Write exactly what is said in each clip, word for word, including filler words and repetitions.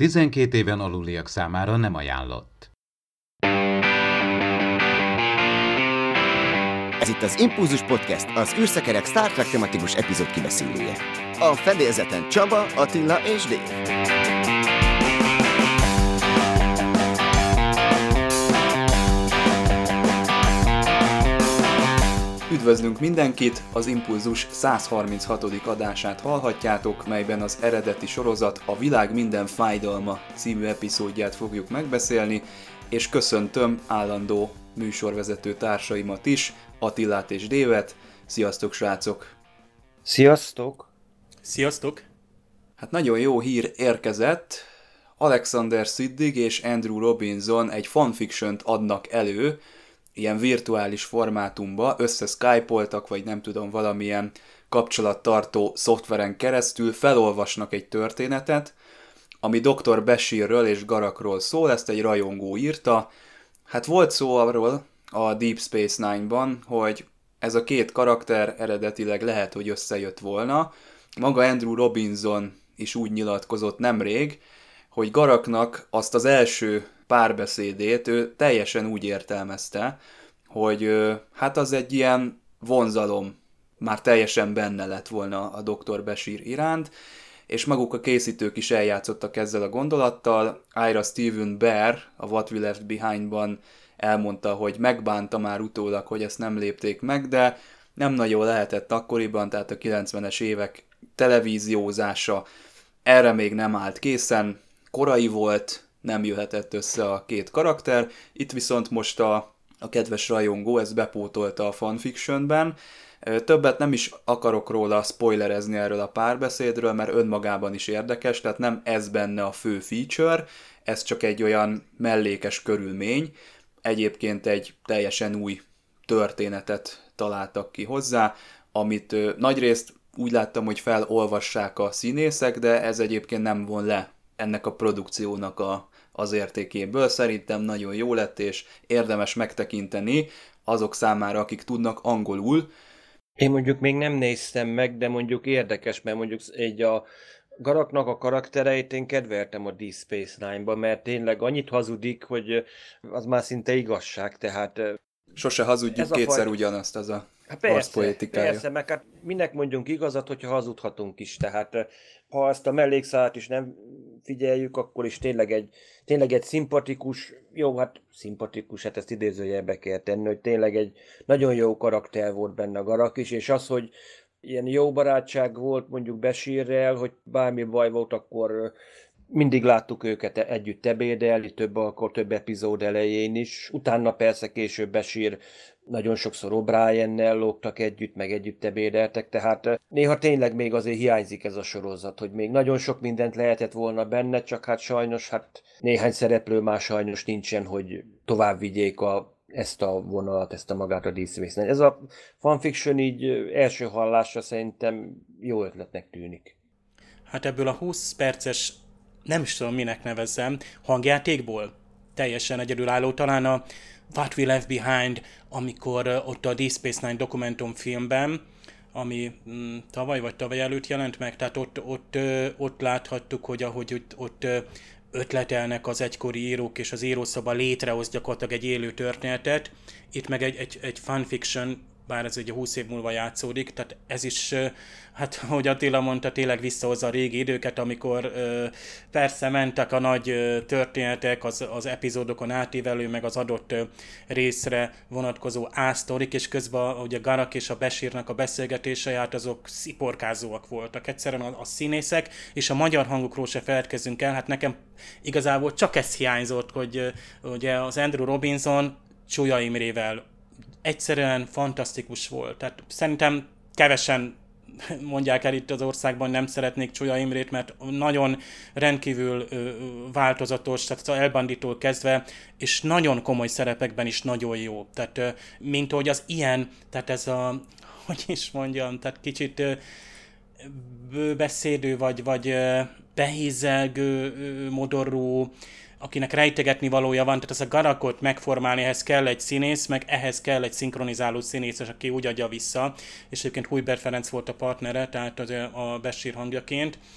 tizenkét éven aluliak számára nem ajánlott. Ez itt az Impulzus Podcast, az űrszekerek Star Trek tematikus epizód kibeszélője. A fedélzeten Csaba, Attila és Dave. Üdvözlünk mindenkit! Az Impulzus száz harminchatodik adását hallhatjátok, melyben az eredeti sorozat A világ minden fájdalma című epizódját fogjuk megbeszélni, és köszöntöm állandó műsorvezető társaimat is, Attilát és Dévet. Sziasztok, srácok! Sziasztok! Sziasztok! Hát nagyon jó hír érkezett. Alexander Siddig és Andrew Robinson egy fanfiction-t adnak elő, ilyen virtuális formátumba, össze-skype-oltak, vagy nem tudom, valamilyen kapcsolattartó szoftveren keresztül felolvasnak egy történetet, ami doktor Bashirről és Garakról szól, ezt egy rajongó írta. Hát volt szó arról a Deep Space Nine-ban, hogy ez a két karakter eredetileg lehet, hogy összejött volna. Maga Andrew Robinson is úgy nyilatkozott nemrég, hogy Garaknak azt az első párbeszédét ő teljesen úgy értelmezte, hogy hát az egy ilyen vonzalom már teljesen benne lett volna a doktor Bashir iránt, és maguk a készítők is eljátszottak ezzel a gondolattal. Ira Steven Behr a What We Left Behind-ban elmondta, hogy megbánta már utólag, hogy ezt nem lépték meg, de nem nagyon lehetett akkoriban, tehát a kilencvenes évek televíziózása erre még nem állt készen, korai volt, nem jöhetett össze a két karakter, itt viszont most a, a kedves rajongó ezt bepótolta a fanfictionben. Többet nem is akarok róla spoilerezni erről a párbeszédről, mert önmagában is érdekes, tehát nem ez benne a fő feature, ez csak egy olyan mellékes körülmény, egyébként egy teljesen új történetet találtak ki hozzá, amit nagyrészt úgy láttam, hogy felolvassák a színészek, de ez egyébként nem von le ennek a produkciónak a, az értékéből. Szerintem nagyon jó lett, és érdemes megtekinteni azok számára, akik tudnak angolul. Én mondjuk még nem néztem meg, de mondjuk érdekes, mert mondjuk egy a Garaknak a karaktereit én kedveltem a Deep Space Nine-ba, mert tényleg annyit hazudik, hogy az már szinte igazság, tehát... Sose hazudjuk kétszer fajta... ugyanazt, az a hát persze, arszpoétikája. Persze, meg hát minek mondjunk igazat, hogyha hazudhatunk is, tehát ha ezt a mellékszállat is nem figyeljük, akkor is tényleg egy, tényleg egy szimpatikus, jó, hát szimpatikus, hát ezt idézőjelbe kell tenni, hogy tényleg egy nagyon jó karakter volt benne a Garak is, és az, hogy ilyen jó barátság volt mondjuk Bashirrel, hogy bármi baj volt, akkor mindig láttuk őket együtt ebédelni, több, akkor több epizód elején is. Utána persze később Bashir nagyon sokszor O'Briennel lógtak együtt, meg együtt ebédeltek, tehát néha tényleg még azért hiányzik ez a sorozat, hogy még nagyon sok mindent lehetett volna benne, csak hát sajnos hát néhány szereplő már sajnos nincsen, hogy tovább vigyék a, ezt a vonalat, ezt a magát a Deep Space Nine. Ez a fanfiction így első hallásra szerintem jó ötletnek tűnik. Hát ebből a húsz perces, nem is tudom minek nevezzem, hangjátékból teljesen egyedülálló, talán a What We Left Behind, amikor uh, ott a Deep Space Nine dokumentumfilmben, ami mm, tavaly vagy tavaly előtt jelent meg, tehát ott, ott, uh, ott láthattuk, hogy ahogy ott, ott uh, ötletelnek az egykori írók, és az írószoba létrehoz gyakorlatilag egy élő történetet, itt meg egy, egy, egy fanfiction, bár ez ugye húsz év múlva játszódik, tehát ez is, hát ahogy Attila mondta, tényleg visszahozza a régi időket, amikor persze mentek a nagy történetek, az, az epizódokon átívelő, meg az adott részre vonatkozó ásztorik, és közben ugye Garak és a Bashirnak a beszélgetései, hát azok sziporkázóak voltak. Egyszerűen a, a színészek, és a magyar hangukról se feledkezzünk el, hát nekem igazából csak ez hiányzott, hogy ugye az Andrew Robinson Csúlya Imrével egyszerűen fantasztikus volt. Tehát szerintem kevesen mondják el itt az országban, nem szeretnék Csúlya Imrét, mert nagyon rendkívül ö, változatos, tehát az El Banditól kezdve, és nagyon komoly szerepekben is nagyon jó. Tehát ö, mint hogy az ilyen, tehát ez a, hogy is mondjam, tehát kicsit ö, bőbeszédő, vagy, vagy ö, behízelgő, ö, modorú, akinek rejtegetni valója van, tehát az a Garakot megformálni, ehhez kell egy színész, meg ehhez kell egy szinkronizáló színész, aki úgy adja vissza, és egyébként Hujber Ferenc volt a partnere, tehát az a Bashir hangjaként.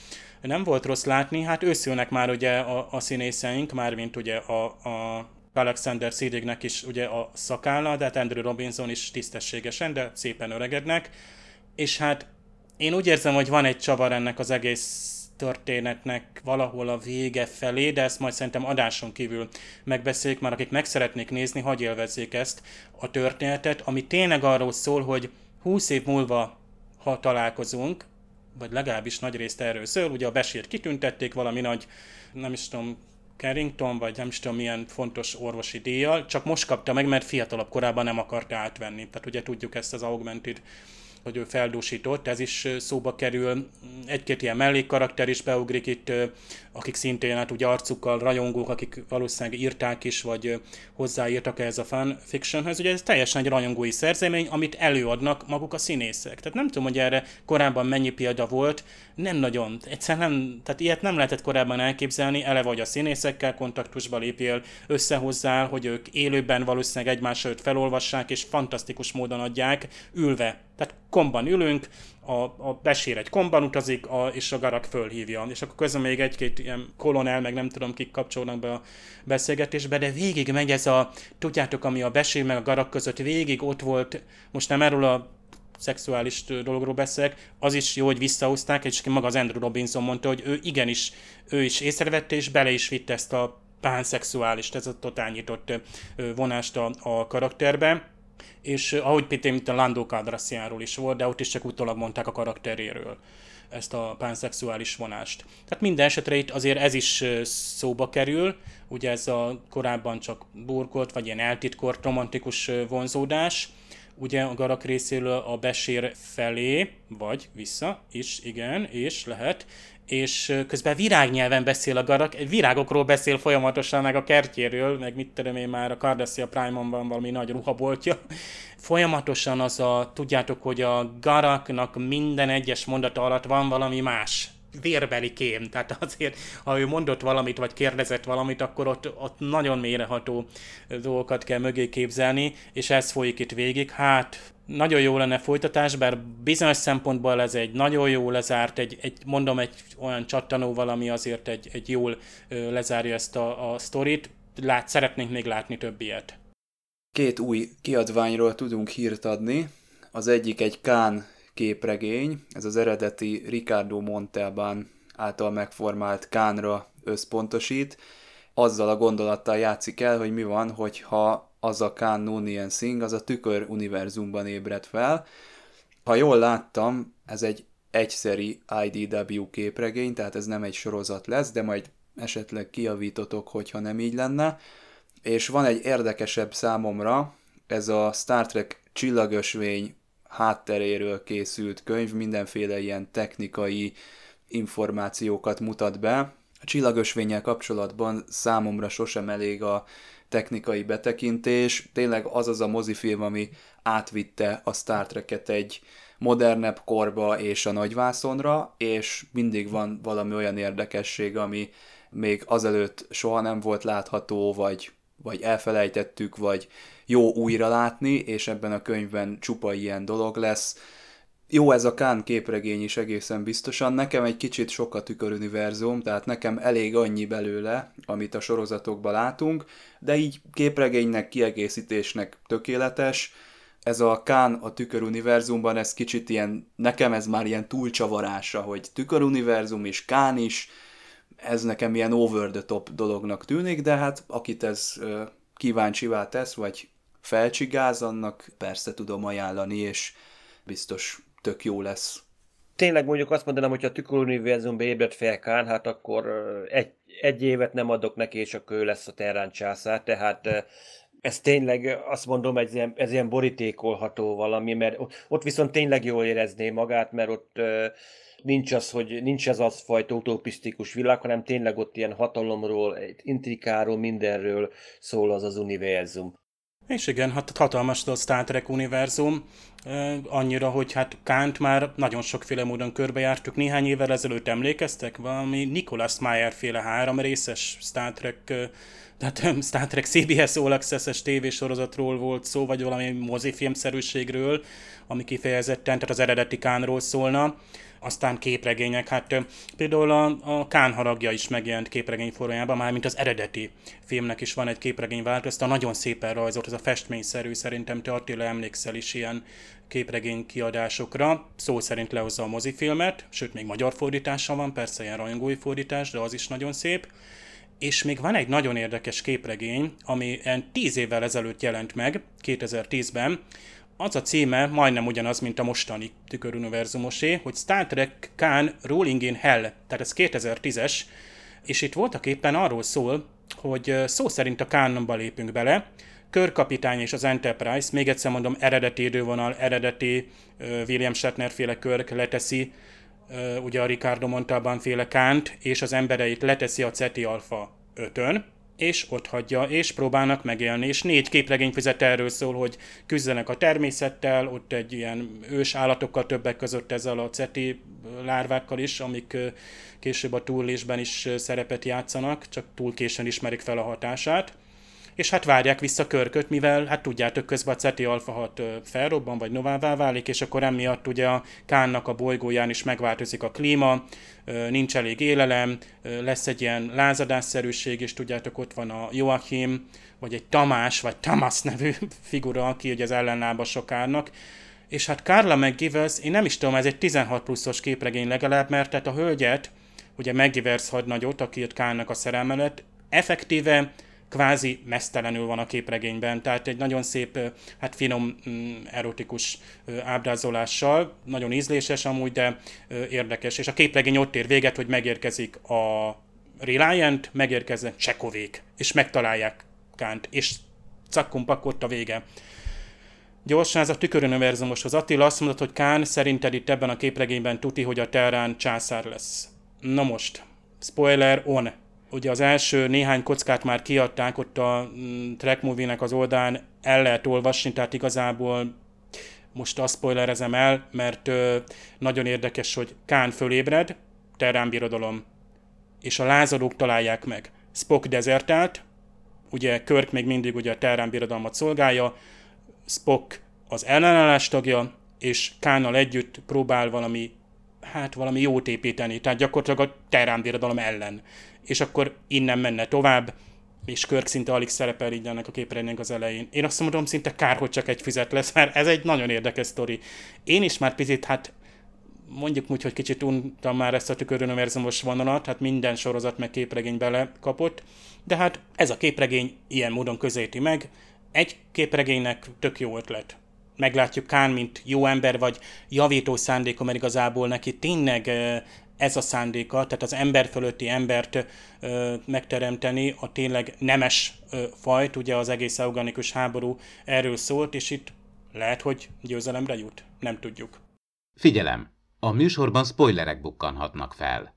nem volt rossz látni, hát őszülnek már ugye a, a színészeink, mármint ugye a, a Alexander Siddignek is ugye a szakálla, de hát Andrew Robinson is tisztességesen, de szépen öregednek, és hát én úgy érzem, hogy van egy csavar ennek az egész történetnek valahol a vége felé, de ezt majd szerintem adáson kívül megbeszéljük, már akik meg szeretnék nézni, hadd élvezzék ezt a történetet, ami tényleg arról szól, hogy húsz év múlva, ha találkozunk, vagy legalábbis nagy részt erről szól, ugye a Bashir kitüntették valami nagy, nem is tudom, Carrington, vagy nem is tudom milyen fontos orvosi díjjal, csak most kapta meg, mert fiatalabb korában nem akarta átvenni. Tehát ugye tudjuk ezt az Augmented, hogy ő feldúsított, ez is szóba kerül. Egy-két ilyen mellékkarakter is beugrik itt, akik szintén hát ugye arcukkal rajongók, akik valószínűleg írták is, vagy hozzáírtak ehhez a fanfictionhez. Ugye ez teljesen egy rajongói szerzemény, amit előadnak maguk a színészek. Tehát nem tudom, hogy erre korábban mennyi példa volt, nem nagyon. Egyszerűen nem, tehát ilyet nem lehetett korábban elképzelni, eleve vagy a színészekkel kontaktusba lépjél, összehozzál, hogy ők élőben valószínűleg egymás előtt felolvassák, és fantasztikus módon adják, ülve. Tehát komban ülünk, a, a Bashir egy komban utazik, a, és a Garak fölhívja. És akkor közben még egy-két ilyen kolonel, meg nem tudom, kik kapcsolnak be a beszélgetésbe, de végig megy ez a, tudjátok, ami a Bashir meg a Garak között végig ott volt, most nem erről a szexuális dologról beszélek, az is jó, hogy visszahozták, és maga az Andrew Robinson mondta, hogy ő igenis, ő is észrevette, és bele is vitte ezt a pánszexuális, ez a totál nyitott vonást a, a karakterbe. És ahogy Péter, mint a Lando Calrissianról is volt, de ott is csak utólag mondták a karakteréről ezt a pánszexuális vonást. Tehát minden esetre itt azért ez is szóba kerül, ugye ez a korábban csak burkolt, vagy ilyen eltitkolt romantikus vonzódás, ugye a Garak részéről a Bashir felé, vagy vissza is, igen, és lehet, és közben virágnyelven beszél a Garak, virágokról beszél folyamatosan, meg a kertjéről, meg mit tudom én, már a Cardassia Prime-on van valami nagy ruhaboltja. Folyamatosan az a, tudjátok, hogy a Garaknak minden egyes mondata alatt van valami más vérbeli kém, tehát azért, ha ő mondott valamit, vagy kérdezett valamit, akkor ott, ott nagyon mélyreható dolgokat kell mögé képzelni, és ez folyik itt végig. Hát nagyon jó lenne folytatás, bár bizonyos szempontból ez egy nagyon jó lezárt, egy, egy mondom, egy olyan csattanó valami azért egy, egy jól ö, lezárja ezt a, a sztorit. Lát, szeretnénk még látni több ilyet. Két új kiadványról tudunk hírt adni. Az egyik egy Kán képregény, ez az eredeti Ricardo Montalbán által megformált Kánra összpontosít. Azzal a gondolattal játszik el, hogy mi van, hogyha az a Kán Noonien Singh, az a Tükör univerzumban ébred fel. Ha jól láttam, ez egy egyszeri I D W képregény, tehát ez nem egy sorozat lesz, de majd esetleg kijavítotok, hogyha nem így lenne. És van egy érdekesebb számomra, ez a Star Trek csillagösvény hátteréről készült könyv, mindenféle ilyen technikai információkat mutat be. A csillagösvénnyel kapcsolatban számomra sosem elég a technikai betekintés, tényleg az az a mozifilm, ami átvitte a Star Trek-et egy modernebb korba és a nagyvászonra, és mindig van valami olyan érdekesség, ami még azelőtt soha nem volt látható, vagy, vagy elfelejtettük, vagy jó újra látni, és ebben a könyvben csupa ilyen dolog lesz. Jó ez a Kán képregény is egészen biztosan. Nekem egy kicsit sok a Tüköruniverzum, tehát nekem elég annyi belőle, amit a sorozatokban látunk, de így képregénynek, kiegészítésnek tökéletes. Ez a Kán a Tüköruniverzumban, ez kicsit ilyen, nekem ez már ilyen túlcsavarása, hogy Tüköruniverzum és Kán is, ez nekem ilyen over the top dolognak tűnik, de hát akit ez kíváncsivá tesz, vagy felcsigáz, annak persze tudom ajánlani, és biztos tök jó lesz. Tényleg mondjuk azt mondanám, hogy ha a Tüköruniverzumba ébredt fel Kán, hát akkor egy, egy évet nem adok neki, és akkor ő lesz a Terrán császár, tehát ez tényleg, azt mondom, ez ilyen, ez ilyen borítékolható valami, mert ott viszont tényleg jól érezné magát, mert ott nincs az, hogy nincs ez az fajta utopisztikus világ, hanem tényleg ott ilyen hatalomról, intrikáról, mindenről szól az az univerzum. És igen, hát hatalmas a Star Trek univerzum, annyira, hogy hát Kánt már nagyon sokféle módon körbejártuk. Néhány évvel ezelőtt emlékeztek, valami Nicholas Meyer féle három részes Star Trek, tehát Star Trek C B S All Access-es tévésorozatról volt szó, vagy valami mozifilmszerűségről, ami kifejezetten, tehát az eredeti Kánról szólna. Aztán képregények, hát például a, a Kán haragja is megjelent képregény formájában, mármint az eredeti filmnek is van egy képregény változata, nagyon szépen rajzolt, ez a festményszerű, szerintem te Attila emlékszel is ilyen képregény kiadásokra, szó szerint lehozza a mozifilmet, sőt még magyar fordítása van, persze ilyen rajongói fordítás, de az is nagyon szép. És még van egy nagyon érdekes képregény, ami tíz évvel ezelőtt jelent meg, kétezer-tízben, az a címe majdnem ugyanaz, mint a mostani tüköruniverzumosé, hogy Star Trek Khan Rolling in Hell, tehát ez kétezer-tízes, és itt voltak éppen arról szól, hogy szó szerint a Khanba lépünk bele, Kirk kapitány és az Enterprise, még egyszer mondom, eredeti idővonal, eredeti William Shatner féle Kirk leteszi, ugye a Ricardo Montalban féle Khant, és az embereit leteszi a Ceti Alpha ötön, és ott hagyja, és próbálnak megélni, és négy képregényfüzet erről szól, hogy küzdenek a természettel, ott egy ilyen ős állatokkal, többek között ezzel a Ceti lárvákkal is, amik később a túlélésben is szerepet játszanak, csak túl későn ismerik fel a hatását. És hát várják vissza Kirköt, mivel hát tudjátok, közben a Ceti Alpha hat felrobban, vagy novává válik, és akkor emiatt ugye a Khannak a bolygóján is megváltozik a klíma, nincs elég élelem, lesz egy ilyen lázadásszerűség, és tudjátok, ott van a Joachim, vagy egy Tamás, vagy Tamas nevű figura, aki ugye az ellenlábasok Khannak, és hát Carla McGivers, én nem is tudom, ez egy tizenhat pluszos képregény legalább, mert tehát a hölgyet, ugye McGivers hadnagyot, aki ott Khannak a szerelme lett, effektíve kvázi mesztelenül van a képregényben, tehát egy nagyon szép, hát finom, erotikus ábrázolással, nagyon ízléses amúgy, de érdekes. És a képregény ott ér véget, hogy megérkezik a Reliant, megérkeznek Csekovék, és megtalálják Khant, és cakkumpakk ott a vége. Gyorsan ez a tüköruniverzumoshoz. Attila azt mondott, hogy Khan szerinted itt ebben a képregényben tuti, hogy a Terrán császár lesz. Na most, spoiler on. Ugye az első néhány kockát már kiadták, ott a Trek Movie-nek az oldalán el lehet olvasni, tehát igazából most azt spoilerezem el, mert ö, nagyon érdekes, hogy Khan fölébred, Terrán birodalom, és a lázadók találják meg. Spock dezertált, ugye Kirk még mindig ugye a Terrán birodalmat szolgálja, Spock az ellenállás tagja, és Khannal együtt próbál valami, hát valami jót építeni, tehát gyakorlatilag a Terrán birodalom ellen. És akkor innen menne tovább, és Kirk szinte alig szerepel így ennek a képregénynek az elején. Én azt mondom, szinte kár, hogy csak egy füzet lesz, mert ez egy nagyon érdekes sztori. Én is már picit, hát mondjuk úgy, hogy kicsit untam már ezt a tüköruniverzumos vonalat, hát minden sorozat meg képregény bele kapott, de hát ez a képregény ilyen módon közelíti meg. Egy képregénynek tök jó ötlet. Meglátjuk Khan, mint jó ember, vagy javító szándéka, mert igazából neki tényleg ez a szándéka, tehát az ember fölötti embert ö, megteremteni, a tényleg nemes ö, fajt, ugye az egész eugenikus háború erről szólt, és itt lehet, hogy győzelemre jut, nem tudjuk. Figyelem! A műsorban spoilerek bukkanhatnak fel.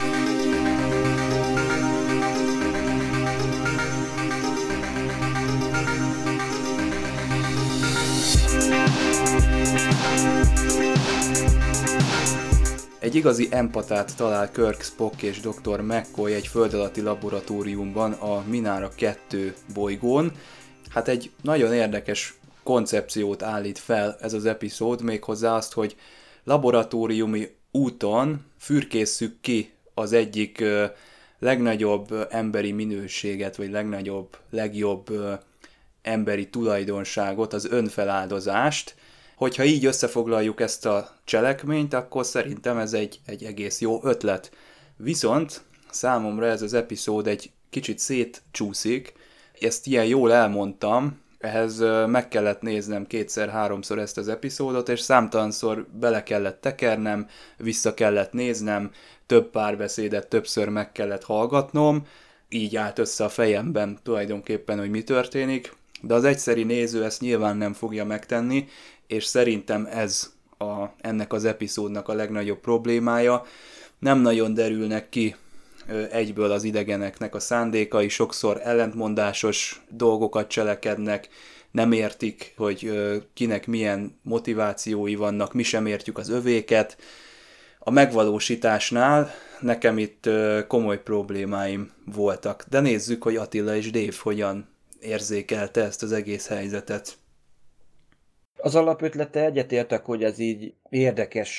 Egy igazi empatát talál Kirk, Spock és doktor McCoy egy föld alatti laboratóriumban a Minara kettő bolygón. Hát egy nagyon érdekes koncepciót állít fel ez az epizód, méghozzá azt, hogy laboratóriumi úton fürkésszük ki az egyik legnagyobb emberi minőséget, vagy legnagyobb, legjobb emberi tulajdonságot, az önfeláldozást. Hogyha így összefoglaljuk ezt a cselekményt, akkor szerintem ez egy, egy egész jó ötlet. Viszont számomra ez az epizód egy kicsit szétcsúszik, ezt ilyen jól elmondtam, ehhez meg kellett néznem kétszer-háromszor ezt az epizódot, és számtalanszor bele kellett tekernem, vissza kellett néznem, több párbeszédet többször meg kellett hallgatnom, így állt össze a fejemben tulajdonképpen, hogy mi történik, de az egyszeri néző ezt nyilván nem fogja megtenni, és szerintem ez a, ennek az epizódnak a legnagyobb problémája. Nem nagyon derülnek ki egyből az idegeneknek a szándékai, sokszor ellentmondásos dolgokat cselekednek, nem értik, hogy kinek milyen motivációi vannak, mi sem értjük az övéket. A megvalósításnál nekem itt komoly problémáim voltak, de nézzük, hogy Attila és Dave hogyan érzékelte ezt az egész helyzetet. Az alapötlete egyetértek, hogy ez így érdekes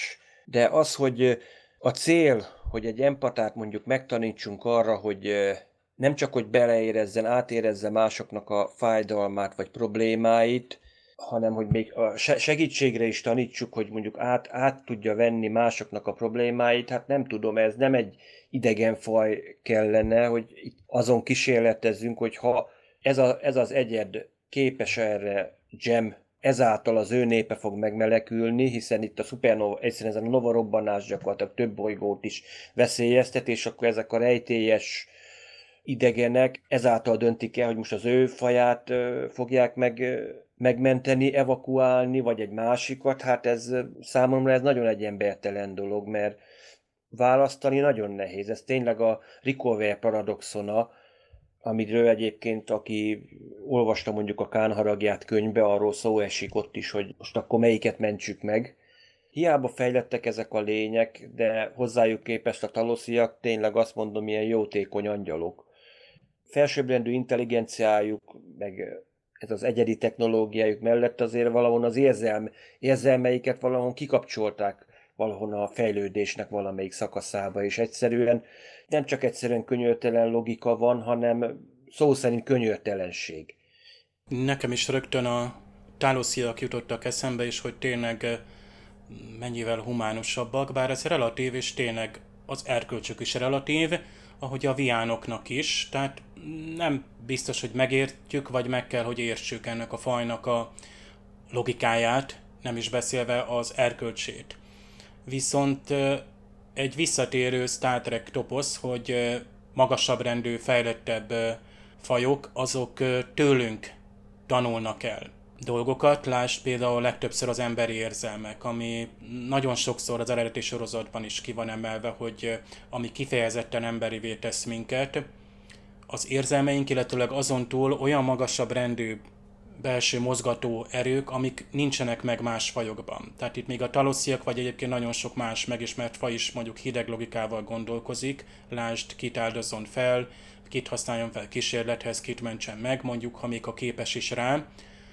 de az, hogy a cél, hogy egy empatát mondjuk megtanítsunk arra, hogy nem csak, hogy beleérezzen, átérezze másoknak a fájdalmát vagy problémáit, hanem hogy még a segítségre is tanítsuk, hogy mondjuk át, át tudja venni másoknak a problémáit, hát nem tudom, ez nem egy idegen faj kellene, hogy itt azon kísérletezzünk, hogy ha ez, a, ez az egyed képes erre, Jem, ezáltal az ő népe fog megmelekülni, hiszen itt a szupernova, egyszerűen ezen a nova robbanás gyakorlatilag több bolygót is veszélyeztet, és akkor ezek a rejtélyes idegenek ezáltal döntik el, hogy most az ő faját ö, fogják meg, ö, megmenteni, evakuálni, vagy egy másikat. Hát ez számomra ez nagyon egy embertelen dolog, mert választani nagyon nehéz. Ez tényleg a Rickover paradoxona, amiről egyébként, aki olvasta mondjuk a Kán haragját könyvbe, arról szó esik ott is, hogy most akkor melyiket mentsük meg. Hiába fejlettek ezek a lények, de hozzájuk képest a talosziak tényleg azt mondom, ilyen jótékony angyalok. Felsőbbrendű intelligenciájuk, meg ez az egyedi technológiájuk mellett azért valahol az érzelme, érzelmeiket valahol kikapcsolták valahol a fejlődésnek valamelyik szakaszába, és egyszerűen nem csak egyszerűen könyörtelen logika van, hanem szó szerint könyörtelenség. Nekem is rögtön a talosziak jutottak eszembe, és hogy tényleg mennyivel humánusabbak, bár ez relatív, és tényleg az erkölcsök is relatív, ahogy a viánoknak is, tehát nem biztos, hogy megértjük, vagy meg kell, hogy értsük ennek a fajnak a logikáját, nem is beszélve az erkölcsét. Viszont egy visszatérő Star Trek toposz, hogy magasabb rendű, fejlettebb fajok, azok tőlünk tanulnak el dolgokat, lásd például legtöbbször az emberi érzelmek, ami nagyon sokszor az eredeti sorozatban is ki van emelve, hogy ami kifejezetten emberivé tesz minket, az érzelmeink, illetőleg azon túl olyan magasabb rendű belső mozgató erők, amik nincsenek meg más fajokban. Tehát itt még a talosziak, vagy egyébként nagyon sok más megismert faj is mondjuk hideg logikával gondolkozik, lásd, kit áldozzon fel, kit használjon fel kísérlethez, kit mentsen meg, mondjuk, ha még a képes is rá.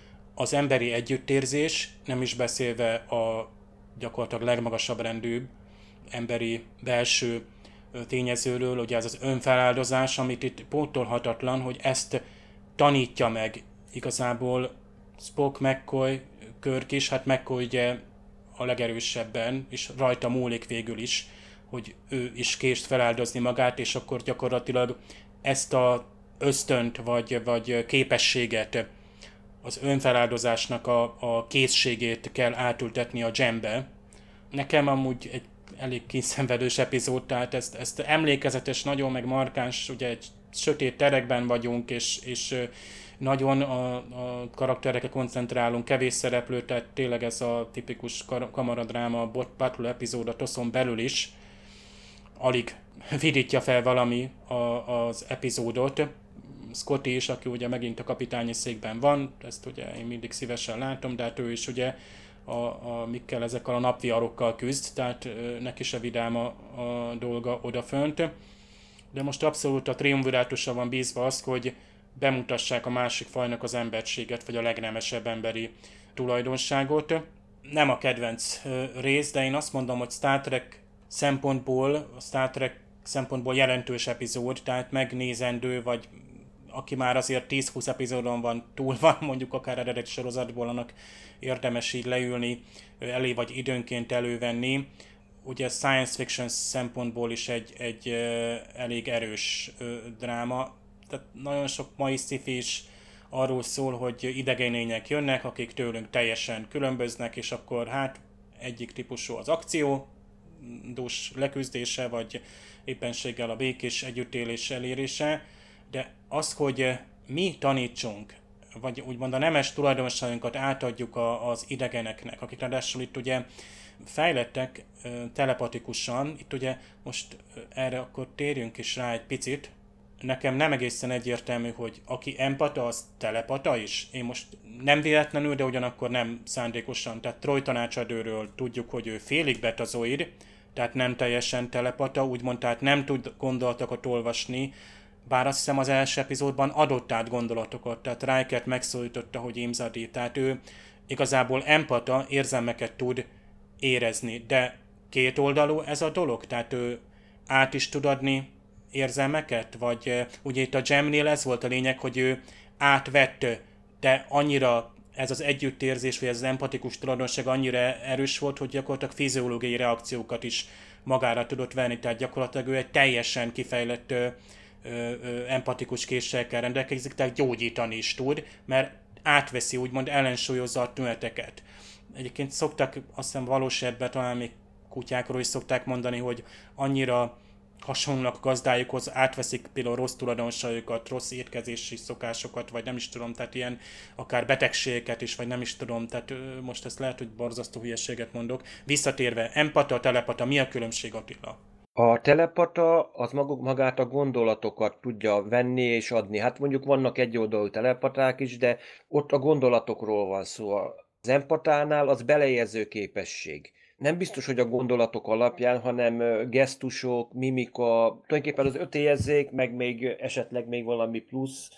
Az emberi együttérzés, nem is beszélve a gyakorlatilag legmagasabb rendű emberi belső tényezőről, ugye ez az önfeláldozás, amit itt pótolhatatlan, hogy ezt tanítja meg igazából Spock, McCoy, Kirk is, hát McCoy ugye a legerősebben, és rajta múlik végül is, hogy ő is kést feláldozni magát, és akkor gyakorlatilag ezt a ösztönt, vagy, vagy képességet, az önfeláldozásnak a, a készségét kell átültetni a Jembe. Nekem amúgy egy elég kiszenvedős epizód, tehát ezt, ezt emlékezetes, nagyon meg markáns, ugye egy sötét terekben vagyunk, és, és nagyon a, a karakterekre koncentrálunk, kevés szereplő, tehát tényleg ez a tipikus kamaradráma battle epizód a toszon belül is alig vidítja fel valami a, az epizódot. Scotty is, aki ugye megint a kapitányi székben van, ezt ugye én mindig szívesen látom, de hát ő is ugye a, a, mikkel ezekkel a napviarokkal küzd, tehát neki se vidám a, a dolga odafönt. De most abszolút a triumvirátusra van bízva az, hogy bemutassák a másik fajnak az emberséget, vagy a legnemesebb emberi tulajdonságot. Nem a kedvenc rész, de én azt mondom, hogy Star Trek szempontból, a Star Trek szempontból jelentős epizód, tehát megnézendő, vagy aki már azért tíz-húsz epizódon van túl van, mondjuk akár eredeti sorozatból, annak érdemes így leülni elé, vagy időnként elővenni. Ugye science fiction szempontból is egy, egy elég erős dráma. Tehát nagyon sok mai sci-fi is arról szól, hogy idegen lények jönnek, akik tőlünk teljesen különböznek, és akkor hát egyik típusú az akciódús leküzdése, vagy éppenséggel a békés együttélés elérése, de az, hogy mi tanítsunk, vagy úgymond a nemes tulajdonságunkat átadjuk a, az idegeneknek, akik ráadásul itt ugye fejlettek telepatikusan, itt ugye most erre akkor térjünk is rá egy picit. Nekem nem egészen egyértelmű, hogy aki empata, az telepata is. Én most nem véletlenül, de ugyanakkor nem szándékosan. Tehát Troy tanácsadőről tudjuk, hogy ő félig betazoid, tehát nem teljesen telepata, úgymond, tehát nem tud gondolatokat olvasni, bár azt hiszem az első epizódban adott át gondolatokat, tehát Rikert megszólította, hogy Imzadi, tehát ő igazából empata, érzelmeket tud érezni, de kétoldalú ez a dolog? Tehát ő át is tud adni érzelmeket? Vagy ö, ugye itt a Gemnél ez volt a lényeg, hogy ő átvett, de annyira ez az együttérzés, vagy ez az empatikus tulajdonság annyira erős volt, hogy gyakorlatilag fiziológiai reakciókat is magára tudott venni, tehát gyakorlatilag ő egy teljesen kifejlett ö, ö, ö, empatikus készségekkel rendelkezik, tehát gyógyítani is tud, mert átveszi, úgymond ellensúlyozza a tüneteket. Egyébként szoktak, azt hiszem valós esetben talán még kutyákról is szokták mondani, hogy annyira hasonlóak a gazdájukhoz, átveszik például rossz tulajdonságokat, rossz étkezési szokásokat, vagy nem is tudom, tehát ilyen akár betegségeket is, vagy nem is tudom, tehát ö, most ezt lehet, hogy borzasztó hülyeséget mondok. Visszatérve, empata, telepata, mi a különbség, Attila? A telepata az maguk, magát a gondolatokat tudja venni és adni. Hát mondjuk vannak egyoldalú telepaták is, de ott a gondolatokról van szó. Az empatánál az beleérző képesség. Nem biztos, hogy a gondolatok alapján, hanem ö, gesztusok, mimika, tulajdonképpen az öt érzék, meg még esetleg még valami plusz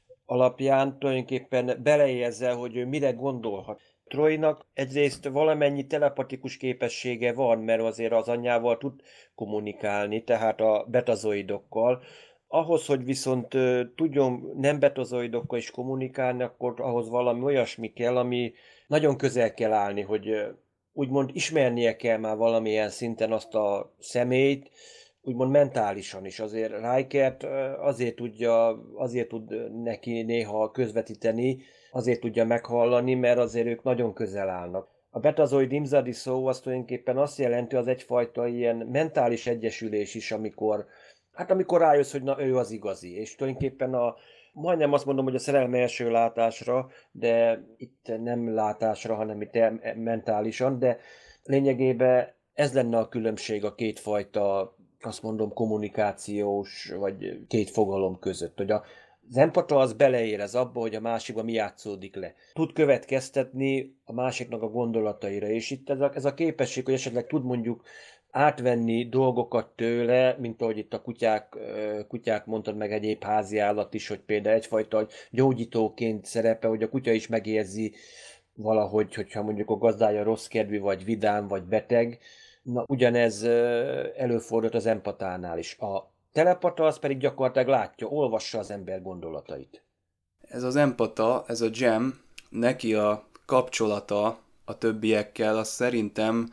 alapján tulajdonképpen beleérzel, hogy ő mire gondolhat. Troynak egyrészt valamennyi telepatikus képessége van, mert azért az anyjával tud kommunikálni, tehát a betazoidokkal. Ahhoz, hogy viszont ö, tudjon nem betazoidokkal is kommunikálni, akkor ahhoz valami olyasmi kell, ami nagyon közel kell állni, hogy ö, úgymond ismernie kell már valamilyen szinten azt a személyt, úgymond mentálisan is. Azért Rikert ö, azért tudja, azért tud neki néha közvetíteni, azért tudja meghallani, mert azért ők nagyon közel állnak. A betazoid imzadi szó az tulajdonképpen azt jelenti, az egyfajta ilyen mentális egyesülés is, amikor, hát amikor rájössz, hogy na, ő az igazi. És tulajdonképpen a, majdnem azt mondom, hogy a szerelme első látásra, de itt nem látásra, hanem itt em- mentálisan, de lényegében ez lenne a különbség a kétfajta, azt mondom, kommunikációs, vagy két fogalom között, hogy a az empata az beleérez abba, hogy a másikban mi játszódik le. Tud következtetni a másiknak a gondolataira, és itt ez a, ez a képesség, hogy esetleg tud mondjuk átvenni dolgokat tőle, mint ahogy itt a kutyák, ö, kutyák mondtad, meg egyéb házi állat is, hogy például egyfajta gyógyítóként szerepe, hogy a kutya is megérzi valahogy, hogyha mondjuk a gazdája rossz kedvű, vagy vidám, vagy beteg. Na, ugyanez ö, előfordult az empatánál is. A telepata az pedig gyakorlatilag látja, olvassa az ember gondolatait. Ez az empata, ez a Gem, neki a kapcsolata a többiekkel, az szerintem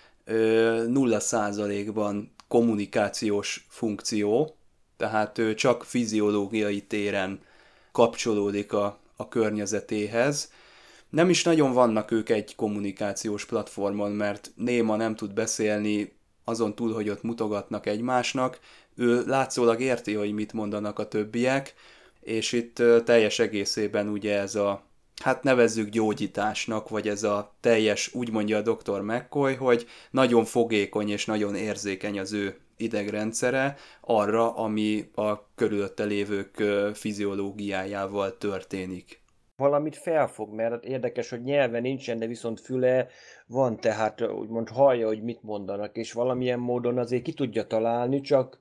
ö, nulla százalékban kommunikációs funkció, tehát ő csak fiziológiai téren kapcsolódik a, a környezetéhez. Nem is nagyon vannak ők egy kommunikációs platformon, mert néma nem tud beszélni, azon túl, hogy ott mutogatnak egymásnak, ő látszólag érti, hogy mit mondanak a többiek, és itt teljes egészében ugye ez a, hát nevezzük gyógyításnak, vagy ez a teljes, úgy mondja a doktor McCoy, hogy nagyon fogékony és nagyon érzékeny az ő idegrendszere arra, ami a körülötte lévők fiziológiájával történik. Valamit felfog, mert érdekes, hogy nyelve nincsen, de viszont füle van, tehát úgymond hallja, hogy mit mondanak, és valamilyen módon azért ki tudja találni, csak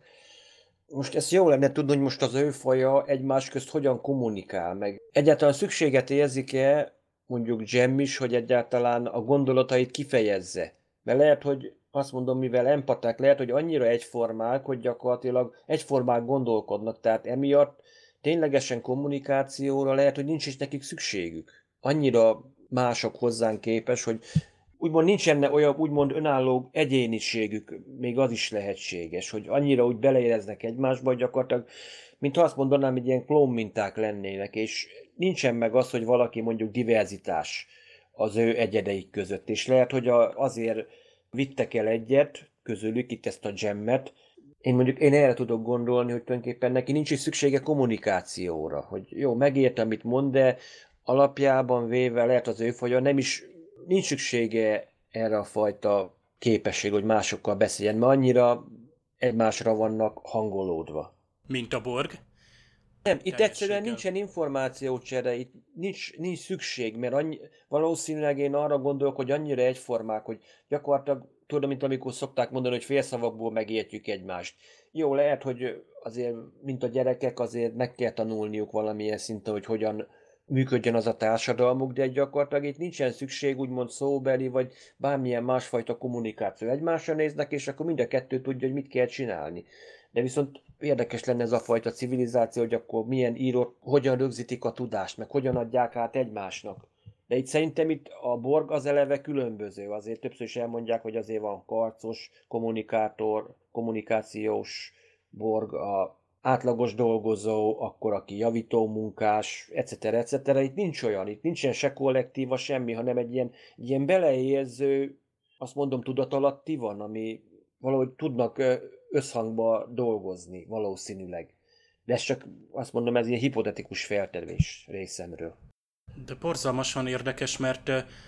most ezt jó lenne tudni, hogy most az ő faja egymás közt hogyan kommunikál meg. Egyáltalán szükséget érzik-e, mondjuk Gem is, hogy egyáltalán a gondolatait kifejezze? Mert lehet, hogy azt mondom, mivel empaták, lehet, hogy annyira egyformák, hogy gyakorlatilag egyformák gondolkodnak, tehát emiatt ténylegesen kommunikációra lehet, hogy nincs is nekik szükségük. Annyira mások hozzánk képes, hogy úgymond nincsen olyan úgymond önálló egyéniségük, még az is lehetséges, hogy annyira úgy beleéreznek egymásba, hogy gyakorlatilag, mintha azt mondanám, hogy ilyen klónminták lennének, és nincsen meg az, hogy valaki mondjuk diverzitás az ő egyedeik között, és lehet, hogy a, azért vittek el egyet közülük, itt ezt a Gemmet. Én mondjuk én erre tudok gondolni, hogy tulajdonképpen neki nincs is szüksége kommunikációra, hogy jó, megértem, amit mond, de alapjában véve lehet az ő faja nem is, nincs szüksége erre a fajta képesség, hogy másokkal beszéljen, mert annyira egymásra vannak hangolódva. Mint a Borg. Nem, itt egyszerűen nincsen információcsere, itt nincs, nincs szükség, mert annyi, valószínűleg én arra gondolok, hogy annyira egyformák, hogy gyakorlatilag tudom, mint amikor szokták mondani, hogy félszavakból megértjük egymást. Jó, lehet, hogy azért, mint a gyerekek, azért meg kell tanulniuk valamilyen szinten, hogy hogyan működjön az a társadalmuk, de gyakorlatilag itt nincsen szükség úgymond szóbeli, vagy bármilyen másfajta kommunikáció. Egymásra néznek, és akkor mind a kettő tudja, hogy mit kell csinálni. De viszont érdekes lenne ez a fajta civilizáció, hogy akkor milyen írott, hogyan rögzítik a tudást, meg hogyan adják át egymásnak. De itt szerintem itt a Borg az eleve különböző. Azért többször is elmondják, hogy azért van karcos, kommunikátor, kommunikációs Borg, a átlagos dolgozó, akkor aki javító munkás, et cetera et cetera. Itt nincs olyan, itt nincsen se kollektíva, semmi, hanem egy ilyen, egy ilyen beleérző, azt mondom, tudatalatti van, ami valahogy tudnak összhangba dolgozni valószínűleg. De ez csak, azt mondom, ez ilyen hipotetikus feltevés részemről. De borzalmasan érdekes, mert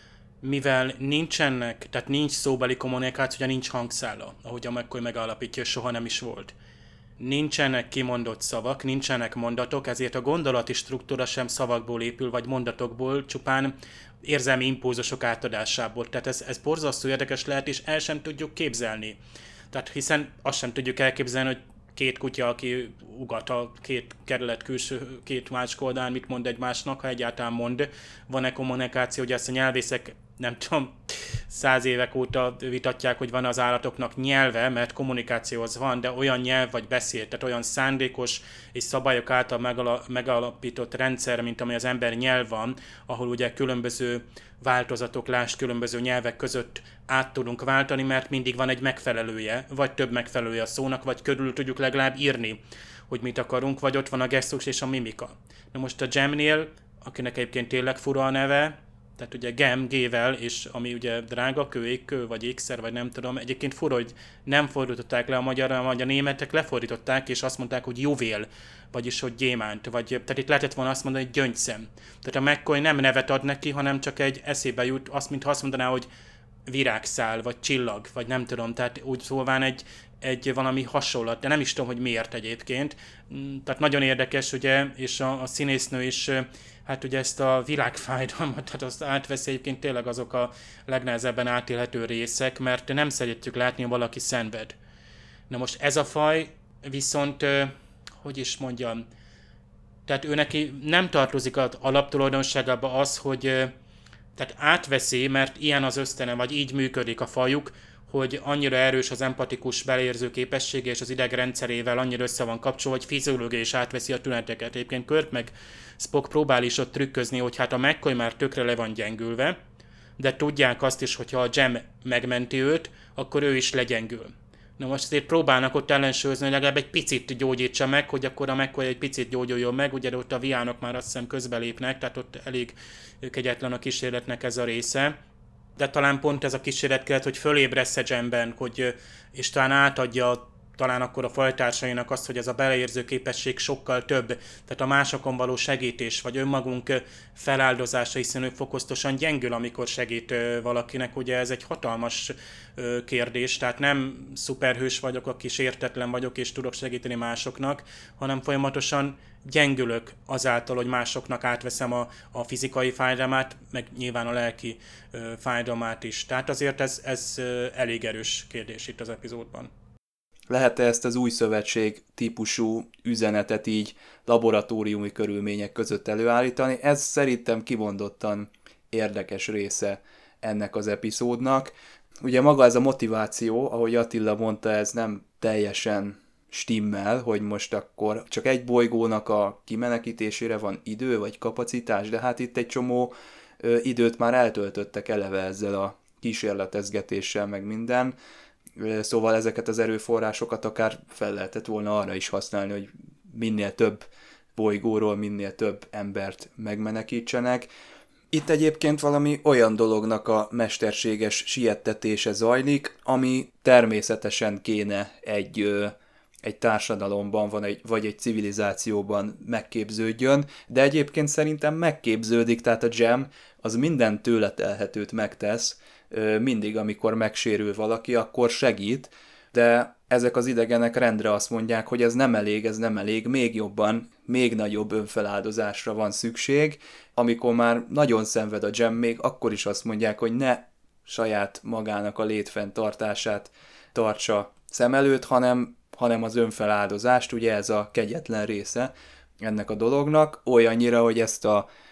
mivel nincsenek, tehát nincs szóbeli kommunikáció, ugye nincs hangszála, ahogy a McCoy megállapítja, soha nem is volt. Nincsenek kimondott szavak, nincsenek mondatok, ezért a gondolati struktúra sem szavakból épül, vagy mondatokból, csupán érzelmi impulzusok átadásából. Tehát ez, ez borzasztó érdekes lehet, és el sem tudjuk képzelni. Tehát hiszen azt sem tudjuk elképzelni, hogy két kutya, aki ugat a két kerület külső, két másik oldalán, mit mond egymásnak, ha egyáltalán mond. Van-e kommunikáció, hogy ezt a nyelvészek, nem tudom, száz évek óta vitatják, hogy van az állatoknak nyelve, mert kommunikáció az van, de olyan nyelv vagy beszéd, tehát olyan szándékos és szabályok által megala- megalapított rendszer, mint ami az ember nyelv van, ahol ugye különböző változatok, lásd különböző nyelvek között át tudunk váltani, mert mindig van egy megfelelője, vagy több megfelelője a szónak, vagy körül tudjuk legalább írni, hogy mit akarunk, vagy ott van a gesztus és a mimika. Na most a Gemnél, akinek egyébként tényleg fura a neve, tehát ugye Gem, G-vel, és ami ugye drága kő, égkő, vagy ékszer, vagy nem tudom, egyébként fura, hogy nem fordították le a magyarra, vagy a németek lefordították, és azt mondták, hogy juvél, vagyis hogy gyémánt, vagy, tehát itt lehetett volna azt mondani, hogy gyöngyszem. Tehát a McCoy nem nevet ad neki, hanem csak egy eszébe jut, azt, mintha azt mondaná, hogy virágszál, vagy csillag, vagy nem tudom, tehát úgy szólván egy, egy valami hasonlat, de nem is tudom, hogy miért egyébként. Tehát nagyon érdekes, ugye, és a, a színésznő is, hát ugye ezt a világfájdalmat, tehát azt átveszi, egyébként tényleg azok a legnehezebben átélhető részek, mert nem szeretjük látni, hogy valaki szenved. Na most ez a faj viszont, hogy is mondjam, tehát ő neki nem tartozik az alaptulajdonságába az, hogy tehát átveszi, mert ilyen az ösztene, vagy így működik a fajuk, hogy annyira erős az empatikus beleérző képessége, és az idegrendszerével annyira össze van kapcsolva, hogy fiziológiai is átveszi a tüneteket. Egyébként Kirk meg Spock próbál is ott trükközni, hogy hát a McCoy már tökre le van gyengülve, de tudják azt is, hogyha a Gem megmenti őt, akkor ő is legyengül. Na most azért próbálnak ott ellensúlyozni, hogy legalább egy picit gyógyítsa meg, hogy akkor a McCoy egy picit gyógyuljon meg, ugye ott a viánok már azt hiszem közbelépnek, tehát ott elég kegyetlen a kísérletnek ez a része. De talán pont ez a kísérlet kellett, hogy fölébressze Gemben, hogy, és talán átadja talán akkor a fajtársainak azt, hogy ez a beleérző képesség sokkal több, tehát a másokon való segítés, vagy önmagunk feláldozása, hiszen ő fokozatosan gyengül, amikor segít valakinek, ugye ez egy hatalmas kérdés, tehát nem szuperhős vagyok, aki sértetlen vagyok, és tudok segíteni másoknak, hanem folyamatosan gyengülök azáltal, hogy másoknak átveszem a, a fizikai fájdalmát, meg nyilván a lelki fájdalmát is. Tehát azért ez, ez elég erős kérdés itt az epizódban. Lehet-e ezt az új szövetség típusú üzenetet így laboratóriumi körülmények között előállítani? Ez szerintem kimondottan érdekes része ennek az epizódnak. Ugye maga ez a motiváció, ahogy Attila mondta, ez nem teljesen stimmel, hogy most akkor csak egy bolygónak a kimenekítésére van idő vagy kapacitás, de hát itt egy csomó ö, időt már eltöltöttek eleve ezzel a kísérletezgetéssel, meg minden. Szóval ezeket az erőforrásokat akár fel lehetett volna arra is használni, hogy minél több bolygóról, minél több embert megmenekítsenek. Itt egyébként valami olyan dolognak a mesterséges siettetése zajlik, ami természetesen kéne egy, egy társadalomban van egy, vagy egy civilizációban megképződjön, de egyébként szerintem megképződik, tehát a Gem az minden tőle telhetőt megtesz, mindig, amikor megsérül valaki, akkor segít, de ezek az idegenek rendre azt mondják, hogy ez nem elég, ez nem elég, még jobban, még nagyobb önfeláldozásra van szükség. Amikor már nagyon szenved a Gem, még akkor is azt mondják, hogy ne saját magának a létfenntartását tartsa szem előtt, hanem, hanem az önfeláldozást, ugye ez a kegyetlen része ennek a dolognak, olyannyira, hogy ezt a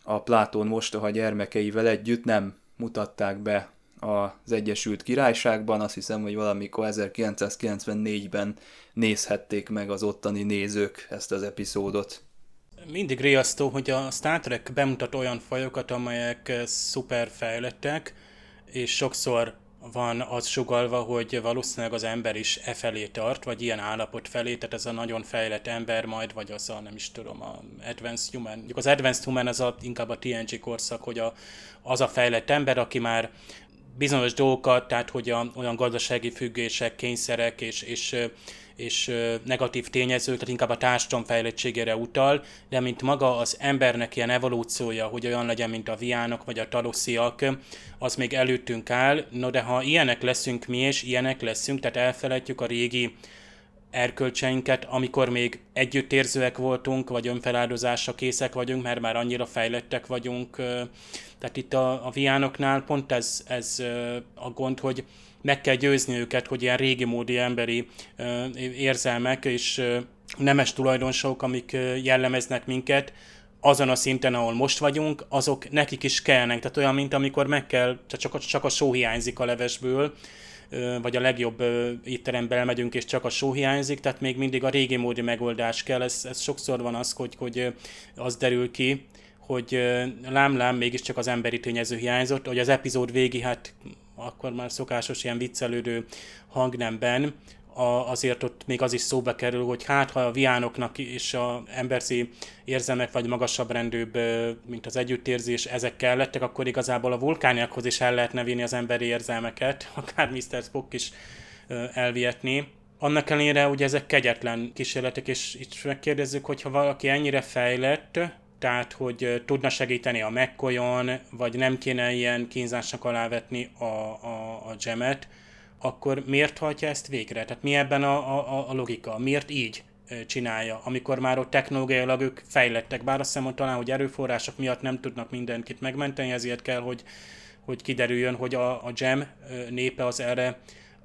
a Plátón mostoha gyermekeivel együtt nem mutatták be az Egyesült Királyságban. Azt hiszem, hogy valamikor ezerkilencszázkilencvennégyben nézhették meg az ottani nézők ezt az epizódot. Mindig riasztó, hogy a Star Trek bemutat olyan fajokat, amelyek szuper fejlettek, és sokszor van az sugallva, hogy valószínűleg az ember is e felé tart, vagy ilyen állapot felé, tehát ez a nagyon fejlett ember majd, vagy az a, nem is tudom, a Advanced Human. Az Advanced Human az a, inkább a té en gé korszak, hogy a, az a fejlett ember, aki már bizonyos dolgokat, tehát hogy a, olyan gazdasági függések, kényszerek és, és, és negatív tényezők, tehát inkább a társadalom fejlettségére utal, de mint maga az embernek ilyen evolúciója, hogy olyan legyen, mint a viánok vagy a talosziak, az még előttünk áll. No de ha ilyenek leszünk mi, és ilyenek leszünk, tehát elfelejtjük a régi erkölcseinket, amikor még együttérzőek voltunk, vagy önfeláldozásra készek vagyunk, mert már annyira fejlettek vagyunk. Tehát itt a, a viánoknál pont ez, ez a gond, hogy meg kell győzni őket, hogy ilyen régi módi emberi érzelmek és nemes tulajdonságok, amik jellemeznek minket, azon a szinten, ahol most vagyunk, azok nekik is kellnek. Tehát olyan, mint amikor meg kell, csak, csak a só hiányzik a levesből, vagy a legjobb étterembe elmegyünk, és csak a só hiányzik, tehát még mindig a régi módi megoldás kell. Ez, ez sokszor van az, hogy, hogy az derül ki, hogy lám-lám mégiscsak az emberi tényező hiányzott, hogy az epizód végi, hát akkor már szokásos ilyen viccelődő hangnemben, a, azért ott még az is szóba kerül, hogy hát ha a viánoknak és a emberi érzelmek vagy magasabb rendűbb, mint az együttérzés, ezek kellettek, akkor igazából a vulkániakhoz is el lehetne vinni az emberi érzelmeket, akár miszter Spock is elvihetni. Annak ellenére, hogy ezek kegyetlen kísérletek, és itt megkérdezzük, hogyha valaki ennyire fejlett, tehát, hogy tudna segíteni a McCoyon, vagy nem kéne ilyen kínzásnak alávetni a, a, a Jemet, akkor miért hajtja ezt végre? Tehát mi ebben a, a, a logika? Miért így csinálja, amikor már ott technológiailag ők fejlettek? Bár azt hiszem, hogy talán, hogy erőforrások miatt nem tudnak mindenkit megmenteni, ezért kell, hogy, hogy kiderüljön, hogy a, a Jem népe az erre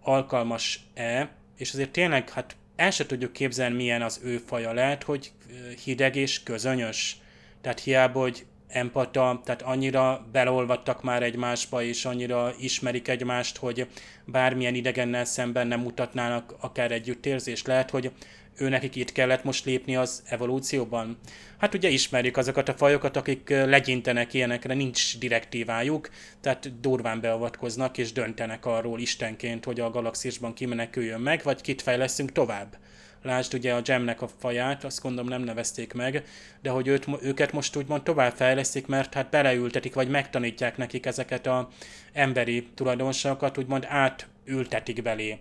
alkalmas-e, és azért tényleg, hát el se tudjuk képzelni, milyen az ő faja. Lehet, hogy hideg és közönyös. Tehát hiába, hogy empata, tehát annyira beleolvadtak már egymásba, és annyira ismerik egymást, hogy bármilyen idegennel szemben nem mutatnának akár együttérzést. Lehet, hogy ő nekik itt kellett most lépni az evolúcióban. Hát ugye ismerjük azokat a fajokat, akik legyintenek ilyenekre, nincs direktívájuk, tehát durván beavatkoznak és döntenek arról istenként, hogy a galaxisban kimeneküljön meg, vagy kit fejleszünk tovább. Lásd ugye a Jemnek a faját, azt gondolom nem nevezték meg, de hogy őt, őket most úgymond tovább fejlesztik, mert hát beleültetik, vagy megtanítják nekik ezeket az emberi tulajdonságokat, úgymond átültetik belé.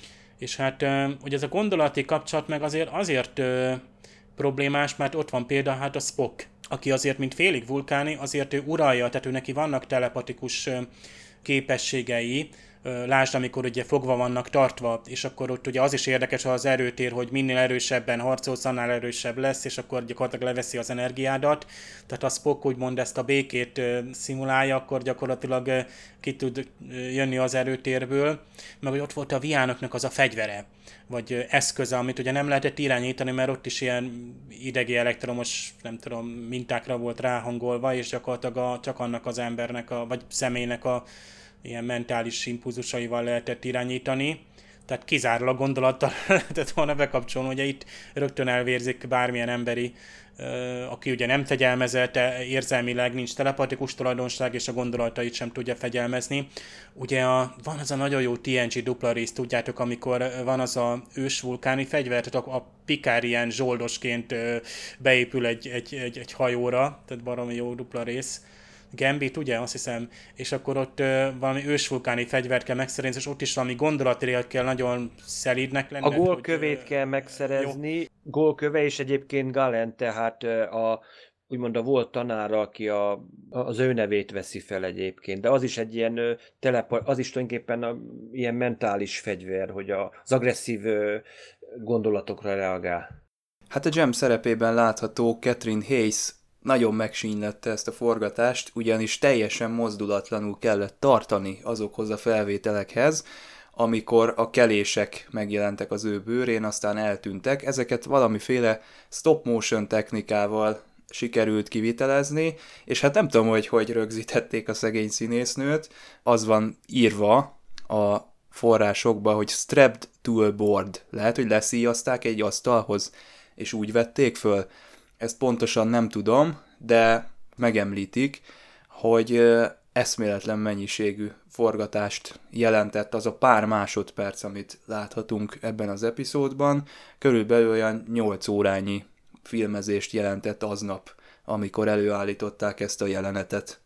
És hát, hogy ez a gondolati kapcsolat meg azért azért ö, problémás, mert ott van például hát a Spock, aki azért, mint félig vulkáni, azért ő uralja, tehát ő neki vannak telepatikus ö, képességei. Lásd, amikor ugye fogva vannak tartva, és akkor ott ugye az is érdekes az erőtér, hogy minél erősebben harcolsz, annál erősebb lesz, és akkor gyakorlatilag leveszi az energiádat. Tehát a Spock úgymond ezt a békét szimulálja, akkor gyakorlatilag ki tud jönni az erőtérből. Meg hogy ott volt a viánoknak az a fegyvere, vagy eszköze, amit ugye nem lehetett irányítani, mert ott is ilyen idegi elektromos, nem tudom, mintákra volt ráhangolva, és gyakorlatilag a, csak annak az embernek, a, vagy személynek a ilyen mentális impulzusaival lehetett irányítani, tehát kizárólag gondolattal lehetett volna bekapcsolni, ugye itt rögtön elvérzik bármilyen emberi, aki ugye nem fegyelmezett, érzelmileg nincs telepatikus tulajdonság, és a gondolatait sem tudja fegyelmezni. Ugye a, van az a nagyon jó té en gé dupla rész, tudjátok, amikor van az a ős vulkáni fegyver, tehát a, a Picard ilyen zsoldosként beépül egy, egy, egy, egy hajóra, tehát baromi jó dupla rész. Gambit, ugye, azt hiszem, és akkor ott uh, valami ősvulkáni fegyvert kell megszerezni, és ott is valami gondolatilag kell nagyon szelídnek lenni. A gólkövét kell megszerezni, jó. Gólköve, és egyébként Galen, tehát a, úgymond a volt tanára, aki a, az ő nevét veszi fel egyébként, de az is egy ilyen telepa, az is tulajdonképpen a, ilyen mentális fegyver, hogy az agresszív gondolatokra reagál. Hát a Jem szerepében látható Catherine Hayes nagyon megsínylette ezt a forgatást, ugyanis teljesen mozdulatlanul kellett tartani azokhoz a felvételekhez, amikor a kelések megjelentek az ő bőrén, aztán eltűntek. Ezeket valamiféle stop motion technikával sikerült kivitelezni, és hát nem tudom, hogy hogy rögzítették a szegény színésznőt, az van írva a forrásokba, hogy strapped to a board. Lehet, hogy leszíjazták egy asztalhoz, és úgy vették föl. Ezt pontosan nem tudom, de megemlítik, hogy eszméletlen mennyiségű forgatást jelentett az a pár másodperc, amit láthatunk ebben az epizódban. Körülbelül olyan nyolc órányi filmezést jelentett aznap, amikor előállították ezt a jelenetet.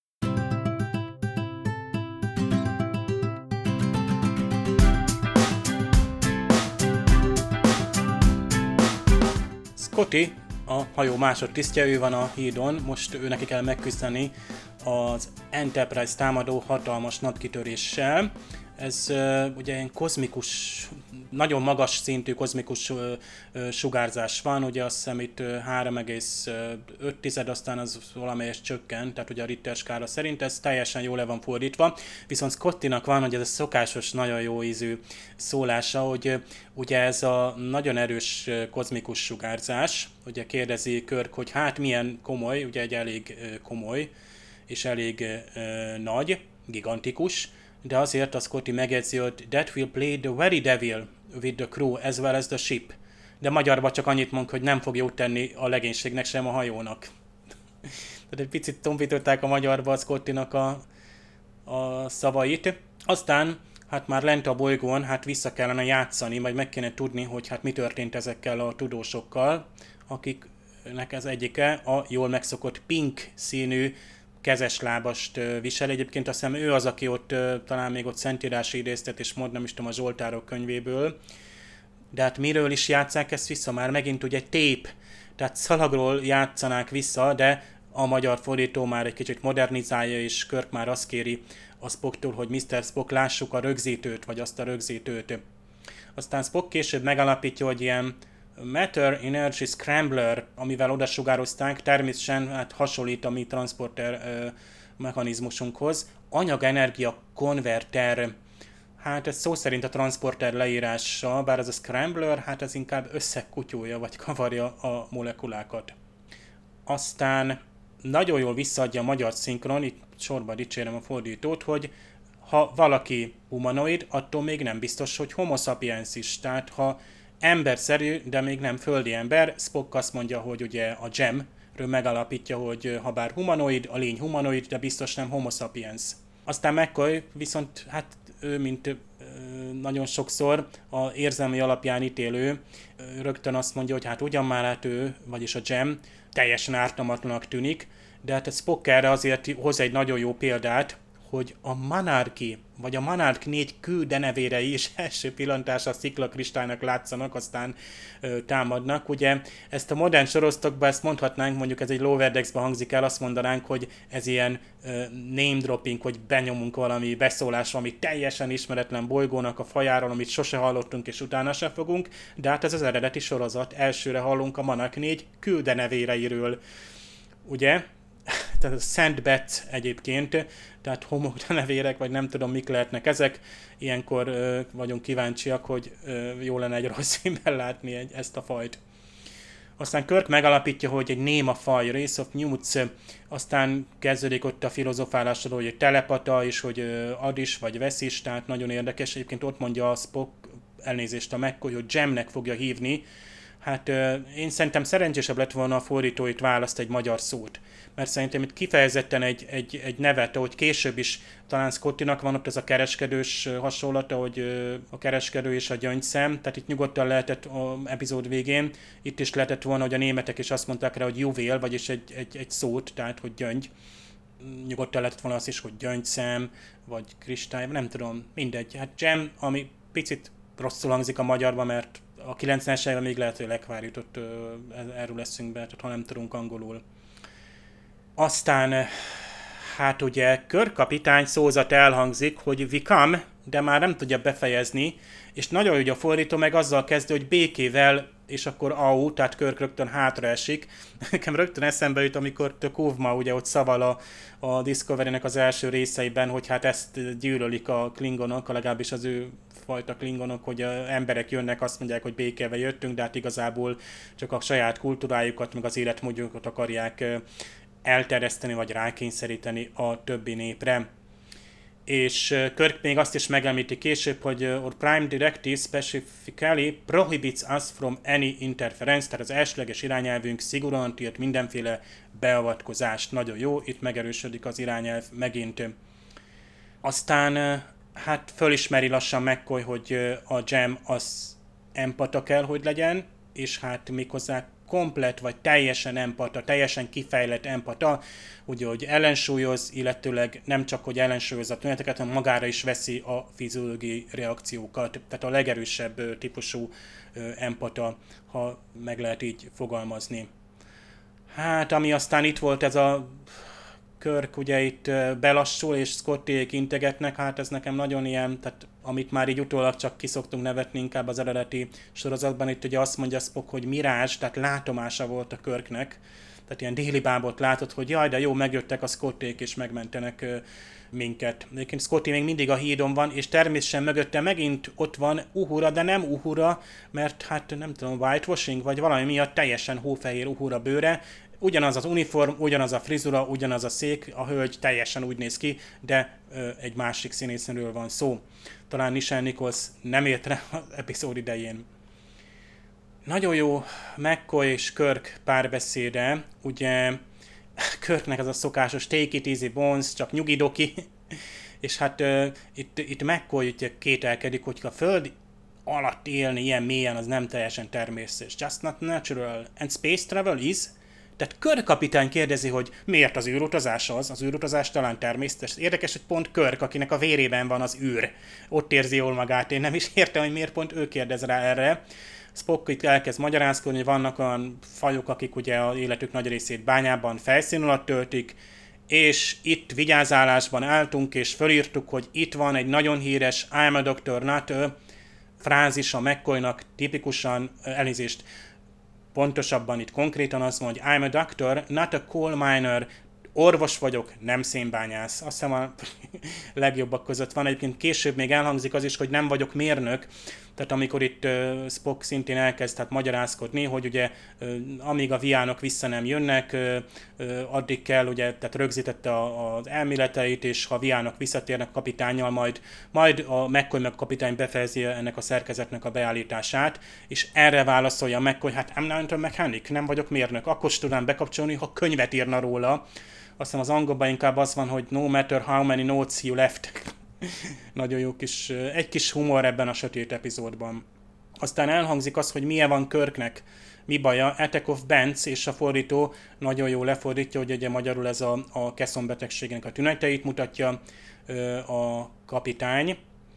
Scotty, a hajó másodtisztje, ő van a hídon, most ő neki kell megküzdeni az Enterprise támadó hatalmas napkitöréssel. Ez uh, ugye egy kozmikus, nagyon magas szintű kozmikus uh, uh, sugárzás van, ugye azt hiszem itt uh, három egész öt, aztán az valamelyes csökkent, tehát ugye a Richter skála szerint ez teljesen jól le van fordítva, viszont Scottynak van, hogy ez a szokásos, nagyon jó ízű szólása, hogy uh, ugye ez a nagyon erős uh, kozmikus sugárzás, ugye kérdezi Kirk, hogy hát milyen komoly, ugye egy elég uh, komoly, és elég uh, nagy, gigantikus, de azért a Scotty megjegyzi, hogy that will play the very devil with the crew as well as the ship. De magyarban csak annyit mond, hogy nem fog jót tenni a legénységnek sem a hajónak. Tehát egy picit tompították a magyarba a Scottynak a, a szavait. Aztán hát már lent a bolygón, hát vissza kellene játszani, vagy meg kéne tudni, hogy hát mi történt ezekkel a tudósokkal, akiknek ez egyike a jól megszokott pink színű kezes lábast visel. Egyébként azt hiszem ő az, aki ott talán még ott szentírási idéztet, és mond nem is tudom a Zsoltárok könyvéből. De hát miről is játsszák ezt vissza? Már megint ugye tép, tehát szalagról játszanák vissza, de a magyar fordító már egy kicsit modernizálja, és Kirk már azt kéri a Spocktól, hogy miszter Spock, lássuk a rögzítőt, vagy azt a rögzítőt. Aztán Spock később megalapítja, hogy ilyen Matter Energy Scrambler, amivel oda sugározták, természetesen hát hasonlít a mi transporter ö, mechanizmusunkhoz. Anyagenergia konverter, hát ez szó szerint a transporter leírása, bár ez a Scrambler, hát ez inkább összekutyója, vagy kavarja a molekulákat. Aztán nagyon jól visszaadja a magyar szinkron, itt sorba dicsérem a fordítót, hogy ha valaki humanoid, attól még nem biztos, hogy homo sapiens is, tehát ha emberszerű, de még nem földi ember. Spock azt mondja, hogy ugye a Gemről megalapítja, hogy ha bár humanoid, a lény humanoid, de biztos nem homo sapiens. Aztán McCoy viszont, hát ő, mint ö, nagyon sokszor a érzelmi alapján ítélő, ö, rögtön azt mondja, hogy hát ugyan már hát ő, vagyis a Gem teljesen ártalmatlanak tűnik, de hát a Spock erre azért hoz egy nagyon jó példát, hogy a Monarchy, vagy a Monarch négy küldenevérei is első pillantásra sziklakristálynak látszanak, aztán ö, támadnak. Ugye ezt a modern sorosztokban ezt mondhatnánk, mondjuk ez egy Lower Decks-ben hangzik el, azt mondanánk, hogy ez ilyen ö, name dropping, hogy benyomunk valami beszólás, ami teljesen ismeretlen bolygónak a fajáról, amit sose hallottunk és utána se fogunk, de hát ez az eredeti sorozat, elsőre hallunk a Monarch négy küldenevéreiről. Ugye? Tehát a Sandbat egyébként, tehát homokdenevérek, vagy nem tudom mik lehetnek ezek, ilyenkor ö, vagyunk kíváncsiak, hogy ö, jó lenne egy rossz színben látni egy, ezt a fajt. Aztán Kirk megalapítja, hogy egy néma faj, Race of Newts, aztán kezdődik ott a filozofálásról, hogy egy telepata, és hogy ö, ad is, vagy vesz is, tehát nagyon érdekes. Egyébként ott mondja a Spock, elnézést a McCoy, hogy Gemnek fogja hívni. Hát ö, én szerintem szerencsésebb lett volna a fordítóit választ egy magyar szót. Mert szerintem itt kifejezetten egy, egy, egy nevet, ahogy később is talán Scottynak van ott ez a kereskedős hasonlata, hogy a kereskedő és a gyöngyszem, tehát itt nyugodtan lehetett az epizód végén, itt is lehetett volna, hogy a németek is azt mondták rá, hogy juvél, vagyis egy, egy, egy szót, tehát hogy gyöngy. Nyugodtan lehetett volna az is, hogy gyöngyszem, vagy kristály, nem tudom, mindegy. Hát Gem, ami picit rosszul hangzik a magyarban, mert a kilencvenes évben még lehet, hogy Lekvár jutott erről leszünk be, tehát ha nem tudunk angolul. Aztán, hát ugye Kirk kapitány szózat elhangzik, hogy we come, de már nem tudja befejezni, és nagyon jó, hogy a fordító meg azzal kezdő, hogy békével, és akkor au, tehát Kirk rögtön hátra esik. Nekem rögtön eszembe jut, amikor Tökóvma ugye ott szaval a, a Discovery-nek az első részeiben, hogy hát ezt gyűlölik a klingonok, legalábbis az ő fajta klingonok, hogy emberek jönnek, azt mondják, hogy békével jöttünk, de hát igazából csak a saját kultúrájukat, meg az életmódjukat akarják elterjeszteni, vagy rákényszeríteni a többi népre. És Kirk még azt is megemlíti később, hogy our prime directive specifically prohibits us from any interference, tehát az elsőleges irányelvünk szigorúan tilt mindenféle beavatkozást. Nagyon jó, itt megerősödik az irányelv megint. Aztán hát fölismeri lassan McCoy, hogy a Jam az empata kell, hogy legyen, és hát méghozzá komplett, vagy teljesen empata, teljesen kifejlett empata, ugye, hogy ellensúlyoz, illetőleg nem csak, hogy ellensúlyozza a tüneteket, hanem magára is veszi a fiziológiai reakciókat. Tehát a legerősebb típusú empata, ha meg lehet így fogalmazni. Hát, ami aztán itt volt ez a Kirk, ugye itt belassul, és Scottyék integetnek, hát ez nekem nagyon ilyen, tehát amit már így utólag csak kiszoktunk nevetni inkább az eredeti sorozatban, itt ugye azt mondja Spock, hogy mirázs, tehát látomása volt a Kirknek, tehát ilyen déli bábot látott, hogy jaj, de jó, megjöttek a Scottyék, és megmentenek minket. Egyébként Scotty még mindig a hídon van, és természetesen mögötte megint ott van Uhura, de nem Uhura, mert hát nem tudom, whitewashing, vagy valami miatt teljesen hófehér Uhura bőre, ugyanaz az uniform, ugyanaz a frizura, ugyanaz a szék, a hölgy teljesen úgy néz ki, de ö, egy másik színésznőről van szó. Talán Nichelle Nichols nem ért rá az epizód idején. Nagyon jó McCoy és Kirk párbeszéde, ugye Kirknek az a szokásos take it easy Bones, csak nyugidoki, és hát ö, itt, itt McCoy itt kételkedik, hogy a föld alatt élni ilyen mélyen az nem teljesen természetes. Just not natural. And space travel is? Tehát Kirk kapitány kérdezi, hogy miért az űrutazás az, az űrutazás talán természetes. Érdekes, hogy pont Kirk, akinek a vérében van az űr, ott érzi jól magát. Én nem is értem, hogy miért pont ő kérdez rá erre. Spock itt elkezd magyarázkodni, hogy vannak olyan fajok, akik ugye az életük nagy részét bányában felszín alatt töltik, és itt vigyázálásban álltunk, és fölírtuk, hogy itt van egy nagyon híres I'm a doctor, not a frázis a McCoynak tipikusan, elnézést, pontosabban itt konkrétan az van, hogy I'm a doctor, not a coal miner, orvos vagyok, nem szénbányász. Azt hiszem a legjobbak között van. Egyébként később még elhangzik az is, hogy nem vagyok mérnök, tehát amikor itt uh, Spock szintén elkezd hát magyarázkodni, hogy ugye uh, amíg a viánok vissza nem jönnek, uh, uh, addig kell, ugye, tehát rögzítette a, az elméleteit, és ha a viánok visszatérnek kapitánnyal, majd, majd a McCoy meg a kapitány befejezi ennek a szerkezetnek a beállítását, és erre válaszolja a McCoy, hát I'm not a mechanic, nem vagyok mérnök, akkor sem tudnám bekapcsolni, ha könyvet írna róla. Aztán az angolban inkább az van, hogy no matter how many notes you left. Nagyon jó kis, egy kis humor ebben a sötét epizódban. Aztán elhangzik az, hogy milyen van Kirknek, mi baja, Attack of Bands, és a fordító nagyon jól lefordítja, hogy ugye magyarul ez a, a Kesson betegségnek a tüneteit mutatja a kapitány.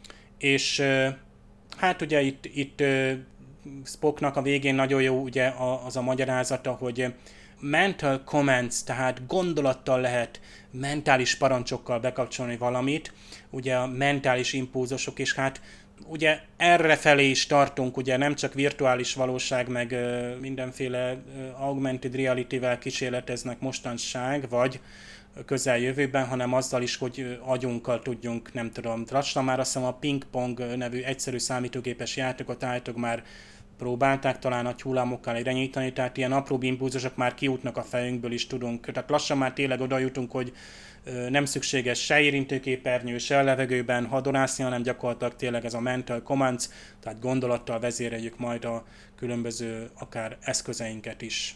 És hát ugye itt, itt Spocknak a végén nagyon jó ugye az a magyarázata, hogy mental commands, tehát gondolattal lehet mentális parancsokkal bekapcsolni valamit, ugye a mentális impulzusok, és hát ugye errefelé is tartunk, ugye nem csak virtuális valóság, meg ö, mindenféle ö, augmented reality-vel kísérleteznek mostanság, vagy közeljövőben, hanem azzal is, hogy agyunkkal tudjunk, nem tudom, Tracsna már azt hiszem a Ping Pong nevű egyszerű számítógépes játékot állítok már próbálták talán nagy hullámokkal irányítani, tehát ilyen apró impulzusok már kiútnak a fejünkből is tudunk. Tehát lassan már tényleg oda jutunk, hogy nem szükséges se érintőképernyő, se a levegőben hadonászni, hanem gyakorlatilag tényleg ez a mental commands, tehát gondolattal vezéreljük majd a különböző akár eszközeinket is.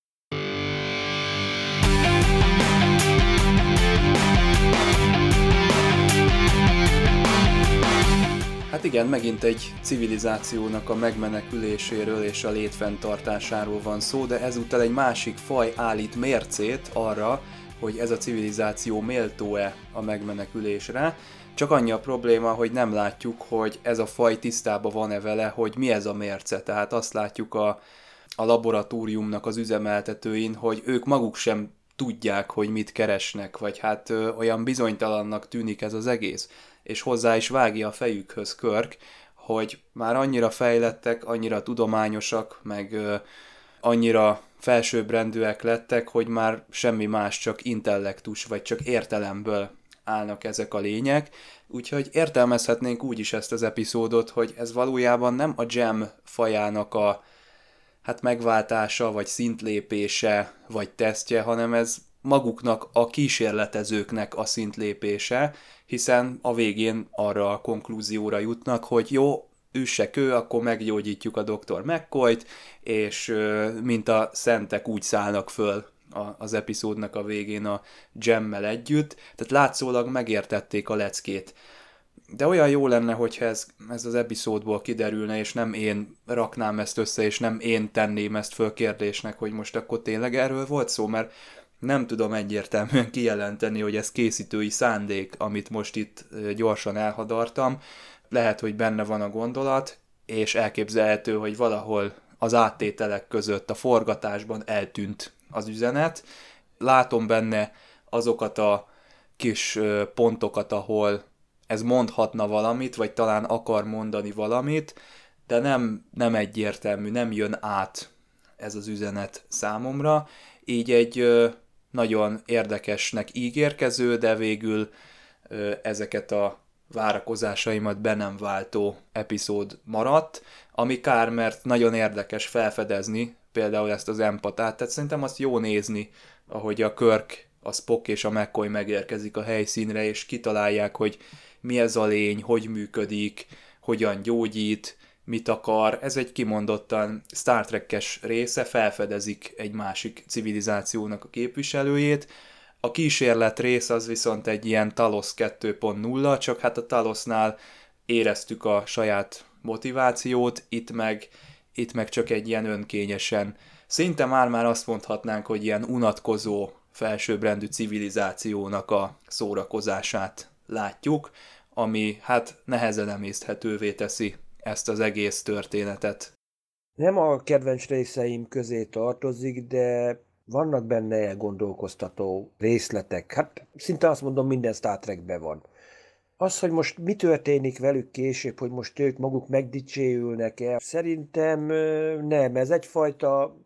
Hát igen, megint egy civilizációnak a megmeneküléséről és a létfenntartásáról van szó, de ezúttal egy másik faj állít mércét arra, hogy ez a civilizáció méltó-e a megmenekülésre. Csak annyi a probléma, hogy nem látjuk, hogy ez a faj tisztában van-e vele, hogy mi ez a mérce. Tehát azt látjuk a, a laboratóriumnak az üzemeltetőin, hogy ők maguk sem tudják, hogy mit keresnek, vagy hát ö, olyan bizonytalannak tűnik ez az egész. És hozzá is vágja a fejükhöz Kirk, hogy már annyira fejlettek, annyira tudományosak, meg ö, annyira felsőbbrendűek lettek, hogy már semmi más, csak intellektus, vagy csak értelemből állnak ezek a lények. Úgyhogy értelmezhetnénk úgy is ezt az epizódot, hogy ez valójában nem a Jem fajának a hát megváltása, vagy szintlépése, vagy tesztje, hanem ez maguknak a kísérletezőknek a szintlépése, hiszen a végén arra a konklúzióra jutnak, hogy jó, üsse kő, akkor meggyógyítjuk a doktor McCoyt, és mint a szentek úgy szállnak föl az epizódnak a végén a Jemmel együtt, tehát látszólag megértették a leckét. De olyan jó lenne, hogyha ez, ez az epizódból kiderülne, és nem én raknám ezt össze, és nem én tenném ezt föl kérdésnek, hogy most akkor tényleg erről volt szó, mert nem tudom egyértelműen kijelenteni, hogy ez készítői szándék, amit most itt gyorsan elhadartam. Lehet, hogy benne van a gondolat, és elképzelhető, hogy valahol az áttételek között a forgatásban eltűnt az üzenet. Látom benne azokat a kis pontokat, ahol ez mondhatna valamit, vagy talán akar mondani valamit, de nem, nem egyértelmű, nem jön át ez az üzenet számomra. Így egy nagyon érdekesnek ígérkező, de végül ezeket a várakozásaimat be nem váltó epizód maradt, ami kár, mert nagyon érdekes felfedezni például ezt az empatát, tehát szerintem azt jó nézni, ahogy a Kirk, a Spock és a McCoy megérkezik a helyszínre, és kitalálják, hogy mi ez a lény, hogy működik, hogyan gyógyít, mit akar. Ez egy kimondottan Star Trek-es része, felfedezik egy másik civilizációnak a képviselőjét. A kísérlet rész az viszont egy ilyen Talos kettő pont nulla, csak hát a Talosnál éreztük a saját motivációt, itt meg, itt meg csak egy ilyen önkényesen. Szinte már-már azt mondhatnánk, hogy ilyen unatkozó, felsőbbrendű civilizációnak a szórakozását látjuk, ami hát nehezen emészthetővé teszi ezt az egész történetet. Nem a kedvenc részeim közé tartozik, de vannak benne elgondolkoztató részletek. Hát szinte azt mondom, minden Star Trekben van. Az, hogy most mi történik velük később, hogy most ők maguk megdicsőülnek-e, szerintem nem. Ez egyfajta,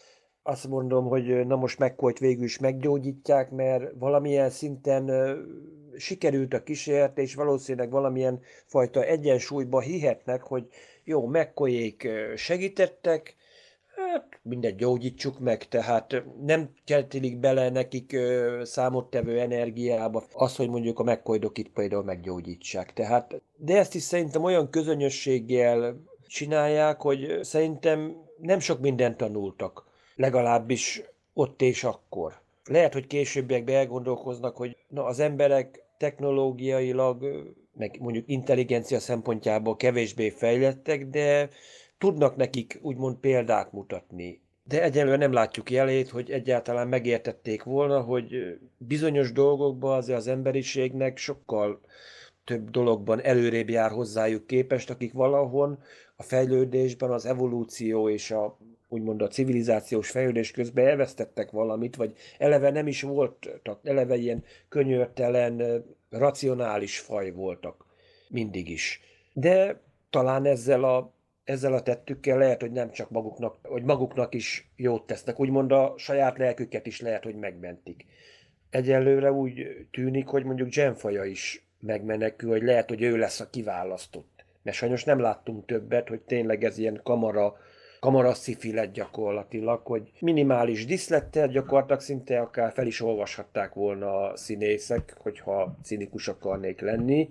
azt mondom, hogy na most McCoyt végül is meggyógyítják, mert valamilyen szinten sikerült a kísérlet, és valószínűleg valamilyen fajta egyensúlyba hihetnek, hogy jó, McCoyék segítettek, hát mindegy, gyógyítsuk meg, tehát nem keltilik bele nekik számottevő energiába az, hogy mondjuk a McCoy-dokit például meggyógyítsák. Tehát, de ezt is szerintem olyan közönösséggel csinálják, hogy szerintem nem sok mindent tanultak, legalábbis ott és akkor. Lehet, hogy későbbiekben elgondolkoznak, hogy na, az emberek technológiailag, meg mondjuk intelligencia szempontjából kevésbé fejlettek, de tudnak nekik úgymond példát mutatni. De egyelőre nem látjuk jelét, hogy egyáltalán megértették volna, hogy bizonyos dolgokban azért az emberiségnek sokkal több dologban előrébb jár hozzájuk képest, akik valahol a fejlődésben, az evolúció és a úgymond a civilizációs fejlődés közben elvesztettek valamit, vagy eleve nem is voltak, eleve ilyen könyörtelen, racionális faj voltak mindig is. De talán ezzel a, ezzel a tettükkel lehet, hogy nem csak maguknak, hogy maguknak is jót tesznek, úgymond a saját lelküket is lehet, hogy megmentik. Egyelőre úgy tűnik, hogy mondjuk Jem faja is megmenekül, hogy lehet, hogy ő lesz a kiválasztott. Mert sajnos nem láttunk többet, hogy tényleg ez ilyen kamara kamara sci-fi lett gyakorlatilag, hogy minimális diszlettel gyakorlatilag szinte akár fel is olvashatták volna a színészek, hogyha cinikus akarnék lenni,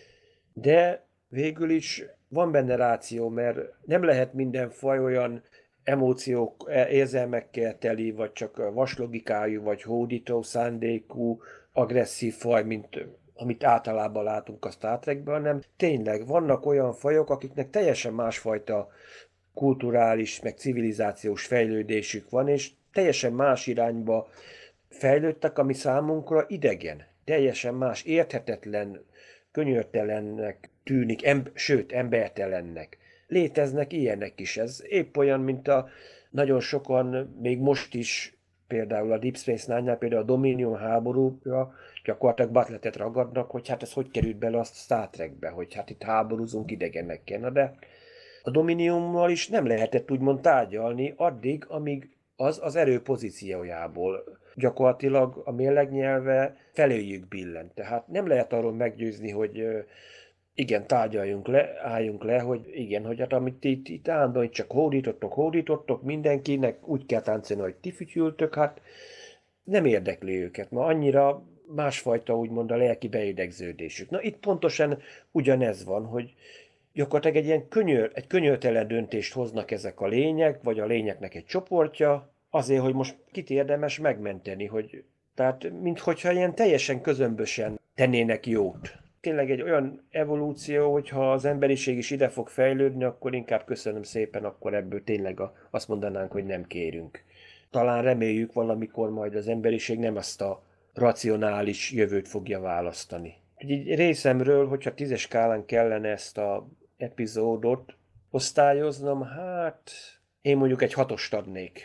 de végül is van benne ráció, mert nem lehet minden faj olyan emóciók, érzelmekkel teli, vagy csak vaslogikájú, vagy hódító szándékú, agresszív faj, mint amit általában látunk a Star Trekben, hanem tényleg vannak olyan fajok, akiknek teljesen másfajta kulturális, meg civilizációs fejlődésük van, és teljesen más irányba fejlődtek, ami számunkra idegen. Teljesen más, érthetetlen, könyörtelennek tűnik, em- sőt, embertelennek. Léteznek ilyenek is. Ez épp olyan, mint a nagyon sokan még most is például a Deep Space Nine-nál, például a Dominion háborúja, gyakorlatilag Bartlettet ragadnak, hogy hát ez hogy került bele a Star Trekbe, hogy hát itt háborúzunk idegenekkel. Na de a Dominiummal is nem lehetett úgymond tárgyalni addig, amíg az az erő pozíciójából gyakorlatilag a mérlegnyelve feléjük billent. Tehát nem lehet arról meggyőzni, hogy igen, tárgyaljunk le, álljunk le, hogy igen, hogy hát amit itt, itt állandóan csak hódítottok, hódítottok, mindenkinek úgy kell táncolni, hogy ti fütyültök, hát nem érdekli őket, ma annyira másfajta úgymond a lelki beidegződésük. Na itt pontosan ugyanez van, hogy gyakorlatilag egy ilyen könyör, egy könyörtelen döntést hoznak ezek a lények, vagy a lényeknek egy csoportja, azért, hogy most kit érdemes megmenteni, hogy tehát minthogyha ilyen teljesen közömbösen tennének jót. Tényleg egy olyan evolúció, hogyha az emberiség is ide fog fejlődni, akkor inkább köszönöm szépen, akkor ebből tényleg a, azt mondanánk, hogy nem kérünk. Talán reméljük valamikor majd az emberiség nem azt a racionális jövőt fogja választani. Egy részemről, hogyha tízes skálán kellene ezt a epizódot osztályoznom, hát én mondjuk egy hatost adnék.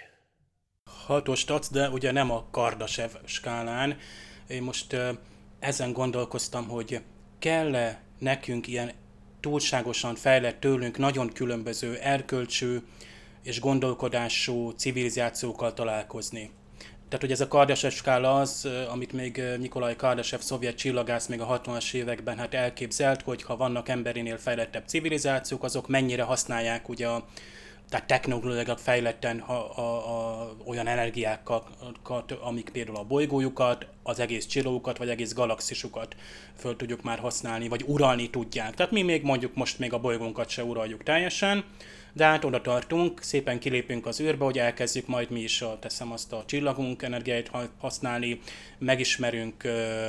Hatost adsz, de ugye nem a Kardashev skálán. Én most uh, ezen gondolkoztam, hogy kell-e nekünk ilyen túlságosan fejlett tőlünk nagyon különböző erkölcsű és gondolkodású civilizációkkal találkozni. Tehát, hogy ez a Kardashev skála az, amit még Nikolaj Kardashev szovjet csillagász még a hatvanas években hát elképzelt, hogy ha vannak emberinél fejlettebb civilizációk, azok mennyire használják ugye a tehát technológiailag fejletten a, a, a, olyan energiákat, amik például a bolygójukat, az egész csillójukat, vagy egész galaxisukat föl tudjuk már használni, vagy uralni tudják. Tehát mi még mondjuk most még a bolygónkat se uraljuk teljesen, de hát oda tartunk, szépen kilépünk az űrbe, hogy elkezdjük majd mi is a, teszem azt a csillagunk energiáit használni, megismerünk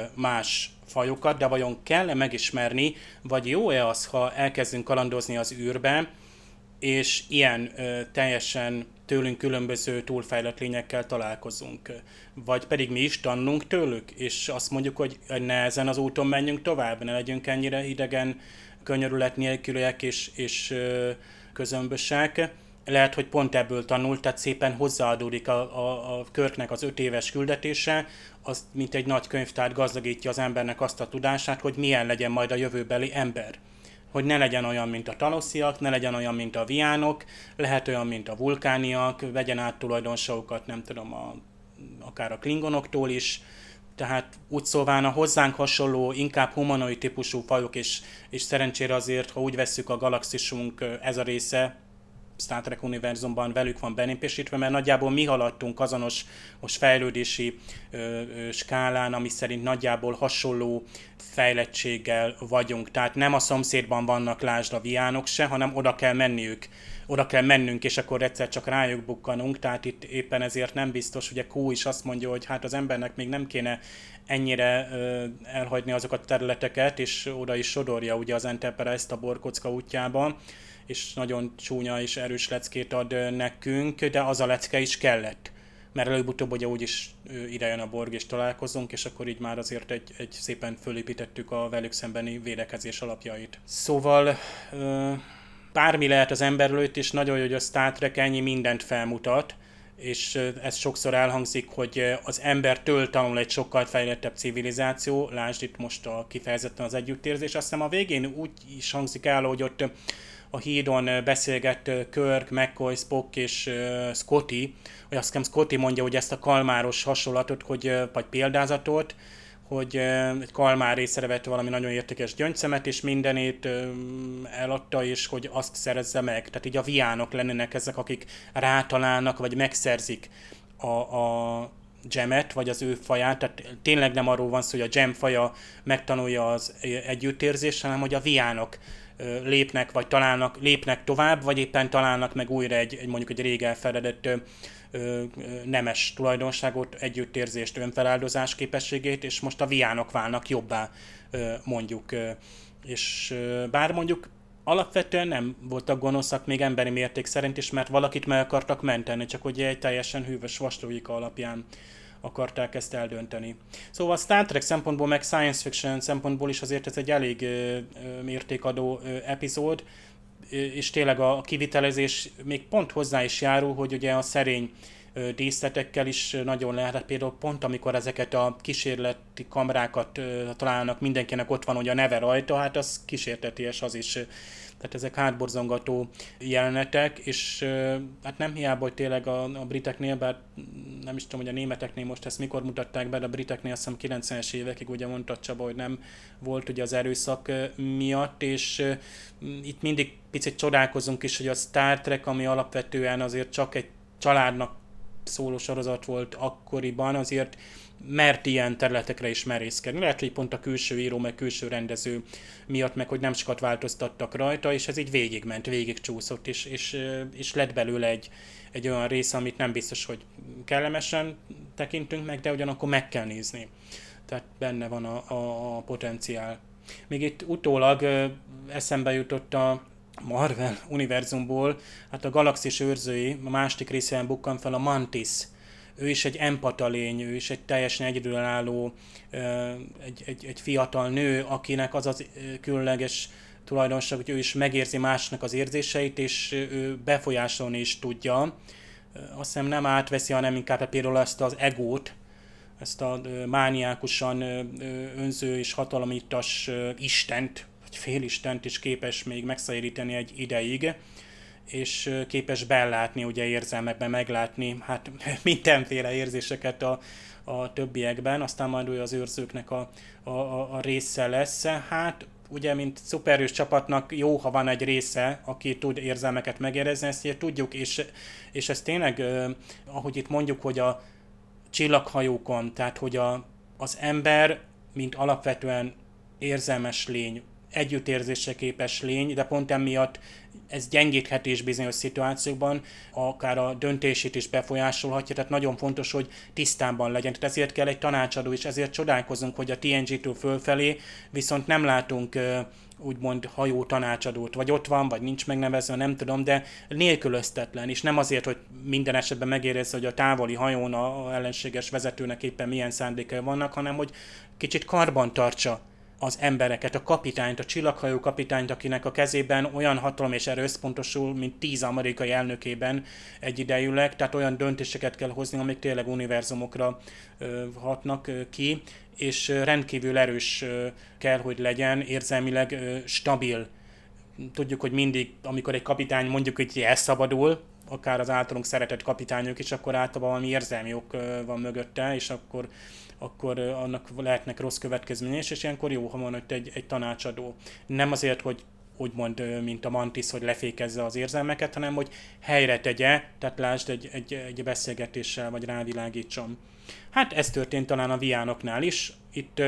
más fajokat, de vajon kell-e megismerni, vagy jó-e az, ha elkezdünk kalandozni az űrbe, és ilyen ö, teljesen tőlünk különböző túlfejlett lényekkel találkozunk. Vagy pedig mi is tanulunk tőlük, és azt mondjuk, hogy ne ezen az úton menjünk tovább, ne legyünk ennyire idegen, könyörület nélküliek és, és ö, közömbösek. Lehet, hogy pont ebből tanult, tehát szépen hozzáadódik a, a, a Kirknek az öt éves küldetése, az, mint egy nagy könyvtár gazdagítja az embernek azt a tudását, hogy milyen legyen majd a jövőbeli ember. Hogy ne legyen olyan, mint a talosziak, ne legyen olyan, mint a viánok, lehet olyan, mint a vulkániak, vegyen át tulajdonságokat, nem tudom, a, akár a klingonoktól is. Tehát úgy szóván a hozzánk hasonló, inkább humanoid típusú fajok, és, és szerencsére azért, ha úgy vesszük a galaxisunk ez a része, Star Trek univerzumban velük van benépesítve, mert nagyjából mi haladtunk azonos most fejlődési ö, ö, skálán, ami szerint nagyjából hasonló fejlettséggel vagyunk. Tehát nem a szomszédban vannak, lásd a viánok se, hanem oda kell menniük, oda kell mennünk, és akkor egyszer csak rájuk bukkanunk. Tehát itt éppen ezért nem biztos, ugye Q is azt mondja, hogy hát az embernek még nem kéne ennyire ö, elhagyni azokat a területeket, és oda is sodorja ugye az Enterprise-t a borkocka útjába, és nagyon csúnya és erős leckét ad nekünk, de az a lecke is kellett. Mert előbb-utóbb ugye úgyis ide jön a Borg és találkozunk, és akkor így már azért egy, egy szépen fölépítettük a velük szembeni védekezés alapjait. Szóval bármi lehet az ember előtt, és nagyon jó, hogy a Star Trek ennyi mindent felmutat, és ez sokszor elhangzik, hogy az embertől tanul egy sokkal fejlettebb civilizáció, lásd itt most a, kifejezetten az együttérzés, azt hiszem a végén úgy is hangzik el, hogy ott a hídon beszélget Kirk, McCoy, Spock és uh, Scotty, hogy azt hiszem Scotty mondja, hogy ezt a kalmáros hasonlatot, hogy, vagy példázatot, hogy uh, egy kalmár észrevette valami nagyon értékes gyöngyszemet, és mindenét uh, eladta, és hogy azt szerezze meg. Tehát így a viánok lennének ezek, akik rátalálnak, vagy megszerzik a, a Jemet, vagy az ő faját. Tehát tényleg nem arról van szó, hogy a Jem faja megtanulja az együttérzést, hanem hogy a viánok lépnek, vagy találnak, lépnek tovább, vagy éppen találnak meg újra egy, egy mondjuk egy rég elfeledett ö, ö, nemes tulajdonságot, együttérzést, önfeláldozás képességét, és most a viánok válnak jobbá, ö, mondjuk. Ö, és ö, bár mondjuk alapvetően nem voltak gonoszak még emberi mérték szerint is, mert valakit meg akartak menteni, csak ugye egy teljesen hűvös vaslóika alapján akarták ezt eldönteni. Szóval a Star Trek szempontból, meg science fiction szempontból is azért ez egy elég ö, ö, mértékadó ö, epizód, és tényleg a kivitelezés még pont hozzá is járul, hogy ugye a szerény díszletekkel is nagyon lehet. Például pont amikor ezeket a kísérleti kamrákat találnak, mindenkinek ott van ugye a neve rajta, hát az kísérteties az is. Tehát ezek hátborzongató jelenetek, és hát nem hiába, hogy tényleg a, a briteknél, bár nem is tudom, hogy a németeknél most ezt mikor mutatták be, de a briteknél azt hiszem kilencvenes évekig ugye mondta Csaba, hogy nem volt ugye az erőszak miatt, és itt mindig picit csodálkozunk is, hogy a Star Trek, ami alapvetően azért csak egy családnak szóló sorozat volt akkoriban, azért mert ilyen területekre is merészkedni. Lehet, hogy pont a külső író, meg külső rendező miatt, meg hogy nem sokat változtattak rajta, és ez így végigment, végigcsúszott, és, és, és lett belőle egy, egy olyan rész, amit nem biztos, hogy kellemesen tekintünk meg, de ugyanakkor meg kell nézni. Tehát benne van a, a, a potenciál. Még itt utólag ö, eszembe jutott a Marvel univerzumból, hát a Galaxis őrzői, a második részében bukkan fel a Mantis. Ő is egy empata lény, ő is egy teljesen egyedülálló, egy, egy, egy fiatal nő, akinek az az különleges tulajdonság, hogy ő is megérzi másnak az érzéseit, és ő befolyásolni is tudja. Azt hiszem nem átveszi, hanem inkább például ezt az egót, ezt a mániákusan önző és hatalomítas istent, vagy félistent is képes még megszabadítani egy ideig, és képes bellátni, ugye érzelmekben meglátni, hát mindenféle érzéseket a, a többiekben, aztán majd ő az őrzőknek a, a, a része lesz. Hát ugye, mint szuperhős csapatnak jó, ha van egy része, aki tud érzelmeket megérezni, ezt ugye tudjuk, és, és ez tényleg, ahogy itt mondjuk, hogy a csillaghajókon, tehát hogy a, az ember, mint alapvetően érzelmes lény, együttérzésre képes lény, de pont emiatt ez gyengítheti is bizonyos szituációkban, akár a döntését is befolyásolhatja, tehát nagyon fontos, hogy tisztában legyen. Tehát ezért kell egy tanácsadó, és ezért csodálkozunk, hogy a té en gé-től fölfelé viszont nem látunk úgymond hajó tanácsadót, vagy ott van, vagy nincs megnevezve, nem tudom, de nélkülöztetlen, és nem azért, hogy minden esetben megérezze, hogy a távoli hajón a ellenséges vezetőnek éppen milyen szándékai vannak, hanem hogy kicsit karban tartsa az embereket, a kapitányt, a csillaghajó kapitányt, akinek a kezében olyan hatalom és erő összpontosul, mint tíz amerikai elnökében egyidejűleg, tehát olyan döntéseket kell hozni, amik tényleg univerzumokra ö, hatnak ö, ki, és ö, rendkívül erős ö, kell, hogy legyen, érzelmileg ö, stabil. Tudjuk, hogy mindig, amikor egy kapitány mondjuk, hogy elszabadul, akár az általunk szeretett kapitányok is, akkor általában valami érzelmi ok ö, van mögötte, és akkor akkor annak lehetnek rossz következményei, és ilyenkor jó, ha van ott egy, egy tanácsadó. Nem azért, hogy úgymond, mint a Mantis, hogy lefékezze az érzelmeket, hanem hogy helyre tegye, tehát lásd egy, egy, egy beszélgetéssel, vagy rávilágítson. Hát ez történt talán a Viánoknál is. Itt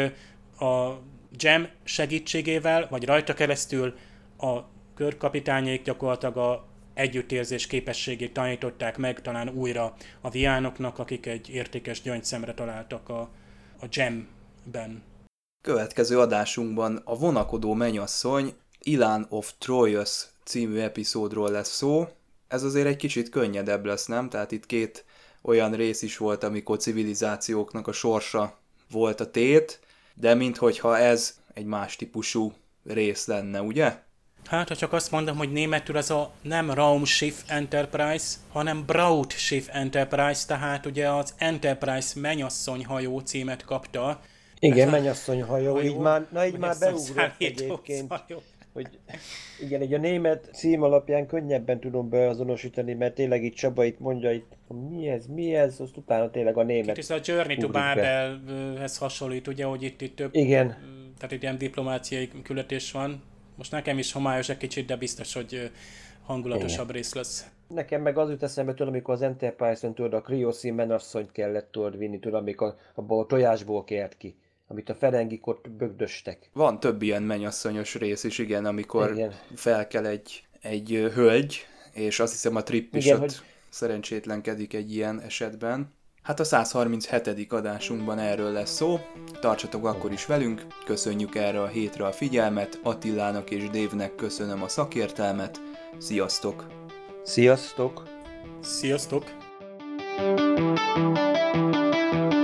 a Jem segítségével, vagy rajta keresztül a körkapitányék gyakorlatilag a együttérzés képességét tanították meg talán újra a Viánoknak, akik egy értékes gyöngyszemre találtak a, a Jemben. Következő adásunkban a vonakodó mennyasszony Ilan of Troyes című epizódról lesz szó. Ez azért egy kicsit könnyedebb lesz, nem? Tehát itt két olyan rész is volt, amikor civilizációknak a sorsa volt a tét, de minthogyha ez egy más típusú rész lenne, ugye? Hát, ha csak azt mondom, hogy németül ez a nem Raumschiff Enterprise, hanem Brautschiff Enterprise, tehát ugye az Enterprise mennyasszony hajó címet kapta. Igen, a mennyasszony hajó, hajó, így már, na így már mennyasszony beugrott szállító egyébként, hajó. hogy igen, így a német cím alapján könnyebben tudom beazonosítani, mert tényleg itt Csaba itt mondja, itt, mi ez, mi ez, azt utána tényleg a német. Itt is a Journey to Babelhez hasonlít, ugye, hogy itt, itt több, igen. Tehát itt ilyen diplomáciai küldetés van. Most nekem is homályos egy kicsit, de biztos, hogy hangulatosabb igen. rész lesz. Nekem meg az jut eszembe, tudod, amikor az Enterprise-on tudod, a Krioszi menasszonyt kellett tudod vinni, tudod, amikor abból a tojásból kért ki, amit a ferengik ott bögdöstek. Van több ilyen mennyasszonyos rész is, igen, amikor igen. felkel egy, egy hölgy, és azt hiszem a Trip is igen, ott hogy... szerencsétlenkedik egy ilyen esetben. Hát a száz harminchetedik adásunkban erről lesz szó, tartsatok akkor is velünk, köszönjük erre a hétre a figyelmet, Attilának és Dave-nek köszönöm a szakértelmet, sziasztok! Sziasztok! Sziasztok!